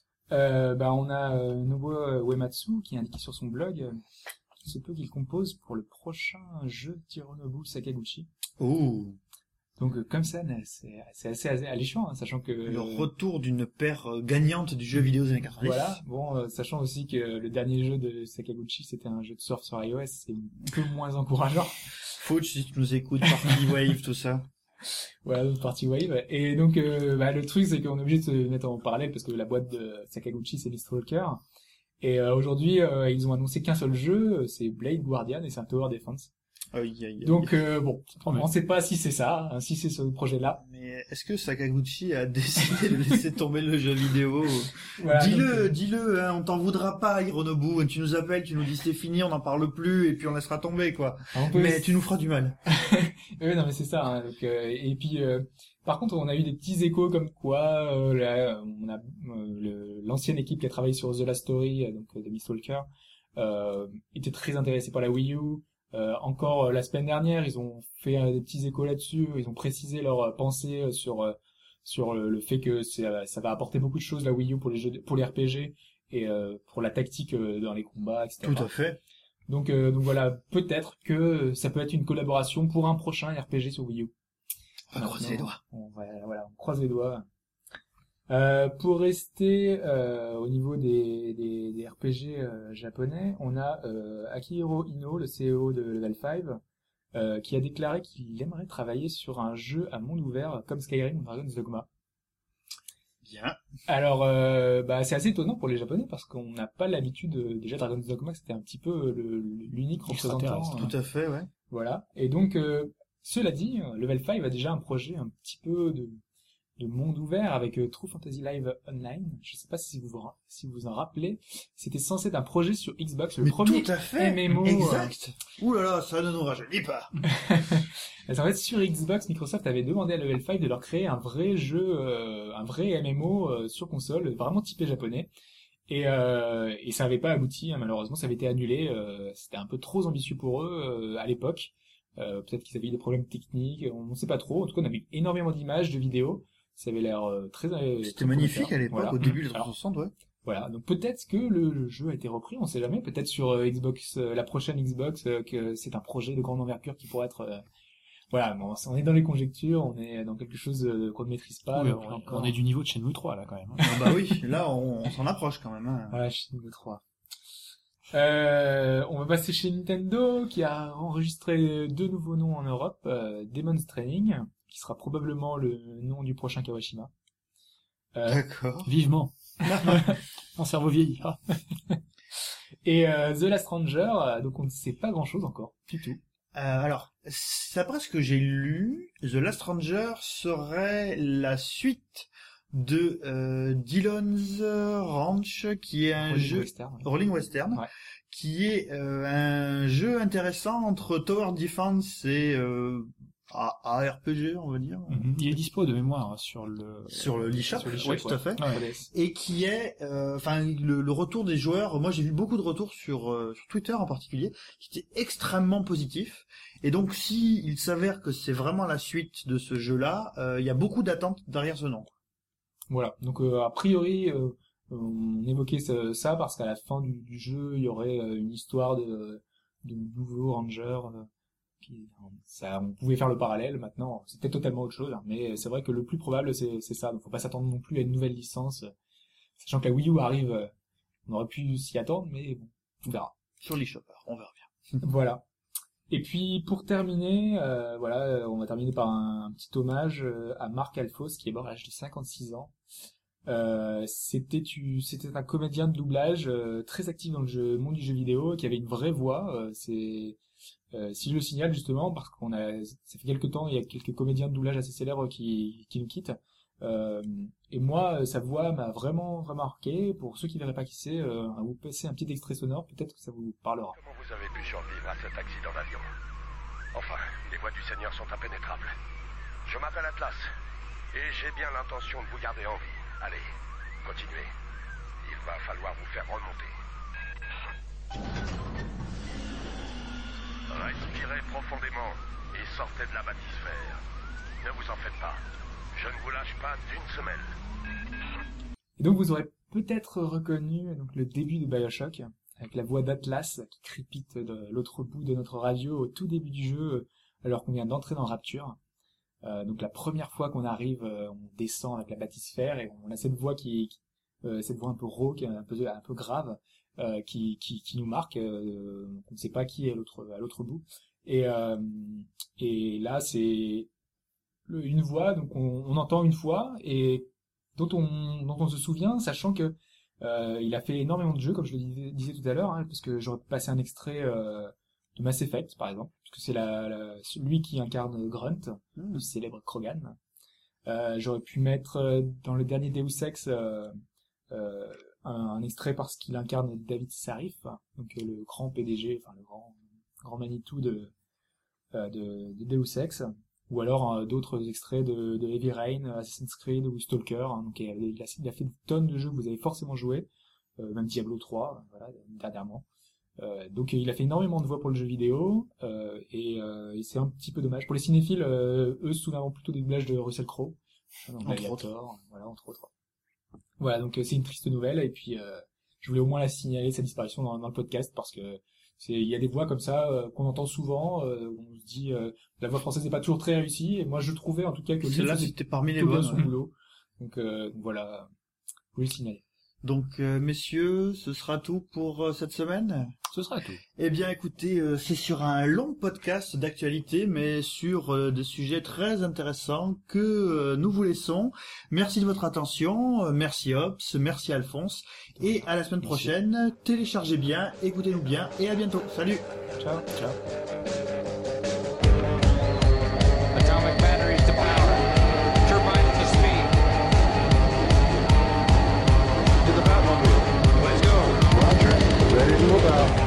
On a Nobuo Uematsu qui a indiqué sur son blog qu'il se peut qu'il compose pour le prochain jeu d'Hironobu Sakaguchi. Oh. Donc comme ça, c'est assez alléchant, hein, sachant que le retour d'une paire gagnante du jeu vidéo des années 90. Voilà, bon, sachant aussi que le dernier jeu de Sakaguchi c'était un jeu de surf sur iOS, c'est un peu moins encourageant. Fauch, si tu nous écoutes, Party Wave, tout ça. Voilà, Party Wave. Et donc, le truc, c'est qu'on est obligé de se mettre en parallèle parce que la boîte de Sakaguchi, c'est Mistwalker. Et aujourd'hui, ils ont annoncé qu'un seul jeu, c'est Blade Guardian, et c'est un Tower Defense. Donc, on ne sait pas si c'est ça, hein, si c'est ce projet-là. Mais est-ce que Sakaguchi a décidé de laisser tomber le jeu vidéo? Voilà, dis-le, hein, on t'en voudra pas, Hironobu. Tu nous appelles, tu nous dis c'est fini, on n'en parle plus, et puis on laissera tomber, quoi. Mais tu nous feras du mal. Oui, non, mais c'est ça. Hein, donc, et puis, par contre, on a eu des petits échos comme quoi on a l'ancienne équipe qui a travaillé sur The Last Story, donc de Mistwalker, était très intéressée par la Wii U. Encore la semaine dernière, ils ont fait des petits échos là-dessus. Ils ont précisé leur pensée sur le fait que ça va apporter beaucoup de choses la Wii U pour les jeux, pour les RPG et pour la tactique dans les combats, etc. Tout à fait. Donc voilà, peut-être que ça peut être une collaboration pour un prochain RPG sur Wii U. On va croiser les doigts. On croise les doigts. Pour rester au niveau des RPG japonais, on a Akihiro Ino, le CEO de Level 5, qui a déclaré qu'il aimerait travailler sur un jeu à monde ouvert comme Skyrim ou Dragon's Dogma. Bien. Alors, c'est assez étonnant pour les Japonais parce qu'on n'a pas l'habitude. Déjà, Dragon's Dogma, c'était un petit peu l'unique représentant. Tout à fait, ouais. Voilà. Et donc, cela dit, Level 5 a déjà un projet un petit peu de monde ouvert avec True Fantasy Live Online. Je sais pas si vous en rappelez. C'était censé être un projet sur Xbox, le premier tout à fait. MMO. Exact. Ouh là là, ça ne nous rajeunit pas. En fait, sur Xbox, Microsoft avait demandé à Level 5 de leur créer un vrai jeu, un vrai MMO sur console, vraiment typé japonais. Et ça avait pas abouti, hein, malheureusement, ça avait été annulé. C'était un peu trop ambitieux pour eux à l'époque. Peut-être qu'ils avaient eu des problèmes techniques, on ne sait pas trop. En tout cas, on avait énormément d'images, de vidéos. Ça avait l'air très. C'était magnifique à l'époque, voilà. Au début de 360, ouais. Voilà, donc peut-être que le jeu a été repris, on sait jamais. Peut-être sur Xbox, la prochaine Xbox, que c'est un projet de grande envergure qui pourrait être. Voilà, bon, on est dans les conjectures, on est dans quelque chose qu'on ne maîtrise pas. Oui, on est du niveau de Shenmue 3 là quand même. Ah bah oui, là on s'en approche quand même. Hein. Voilà, Shenmue 3. On va passer chez Nintendo qui a enregistré 2 nouveaux noms en Europe, Demon's Training, qui sera probablement le nom du prochain Kawashima. D'accord. Vivement. Mon cerveau vieillit. Ah. Et The Last Ranger, donc on ne sait pas grand chose encore, du tout. Alors, d'après ce que j'ai lu, The Last Ranger serait la suite de Dillon's Ranch, qui est un jeu Western, ouais. Rolling Western, Ouais. qui est un jeu intéressant entre Tower Defense et ARPG, on va dire. Il est dispo de mémoire sur le l'eShop, sur l'eShop, ouais, tout à fait. Ouais. Et qui est, le retour des joueurs. Moi, j'ai vu beaucoup de retours sur Twitter en particulier, qui étaient extrêmement positifs. Et donc, si il s'avère que c'est vraiment la suite de ce jeu-là, il y a beaucoup d'attentes derrière ce nom. Voilà, donc a priori, on évoquait ça parce qu'à la fin du jeu, il y aurait une histoire de nouveaux rangers. On pouvait faire le parallèle. Maintenant, c'était totalement autre chose, hein, mais c'est vrai que le plus probable, c'est ça. Donc, faut pas s'attendre non plus à une nouvelle licence, sachant que la Wii U arrive. On aurait pu s'y attendre, mais bon, on verra. Sur l'eShop, on verra bien. Voilà. Et puis pour terminer, on va terminer par un petit hommage à Marc Alphos qui est mort à l'âge de 56 ans. C'était un comédien de doublage très actif dans le monde du jeu vidéo, qui avait une vraie voix. Si je le signale justement parce ça fait quelques temps, il y a quelques comédiens de doublage assez célèbres qui nous quittent. Et moi, sa voix m'a vraiment marqué. Pour ceux qui ne verraient pas qui c'est, vous passez un petit extrait sonore, peut-être que ça vous parlera. Comment vous avez pu survivre à cet accident d'avion? Enfin, les voies du Seigneur sont impénétrables. Je m'appelle Atlas, et j'ai bien l'intention de vous garder en vie. Allez, continuez. Il va falloir vous faire remonter. Respirez profondément et sortez de la bathysphère. Ne vous en faites pas. Je ne vous lâche pas d'une semelle. Et donc vous aurez peut-être reconnu le début de BioShock, avec la voix d'Atlas qui crépite de l'autre bout de notre radio au tout début du jeu, alors qu'on vient d'entrer dans Rapture. Donc la première fois qu'on arrive, on descend avec la bathysphère et on a cette voix cette voix un peu rauque, un peu grave, qui nous marque. On ne sait pas qui est à l'autre bout. Et là c'est une voix, donc on entend une fois et dont on se souvient, sachant que il a fait énormément de jeux, comme je le disais tout à l'heure, hein, parce que j'aurais passé un extrait de Mass Effect, par exemple, parce que c'est lui qui incarne Grunt, le célèbre Krogan. J'aurais pu mettre dans le dernier Deus Ex un extrait parce qu'il incarne David Sarif, donc le grand PDG, enfin le grand Manitou de Deus Ex. Ou alors d'autres extraits de Heavy Rain, Assassin's Creed ou Stalker. Hein, donc il a fait des tonnes de jeux que vous avez forcément joué, même Diablo 3, voilà, dernièrement. Donc il a fait énormément de voix pour le jeu vidéo, et c'est un petit peu dommage. Pour les cinéphiles, eux se souviennent plutôt des doublages de Russell Crowe, entre autres. Voilà, donc c'est une triste nouvelle, et puis je voulais au moins la signaler, sa disparition dans le podcast, parce que il y a des voix comme ça qu'on entend souvent, on se dit la voix française n'est pas toujours très réussie, et moi je trouvais en tout cas que celle-là c'était parmi les bonnes. Son boulot. Donc voilà, je voulais le signaler. Donc, messieurs, ce sera tout pour cette semaine. Ce sera tout. Eh bien, écoutez, c'est sur un long podcast d'actualité, mais sur des sujets très intéressants que nous vous laissons. Merci de votre attention, merci Ops, merci Alphonse, et à la semaine prochaine. Téléchargez bien, écoutez-nous bien, et à bientôt. Salut. Ciao. Ciao. Atomic batteries to power. Turbines to speed. To the Batmobile. Let's go. Roger. Ready to move out.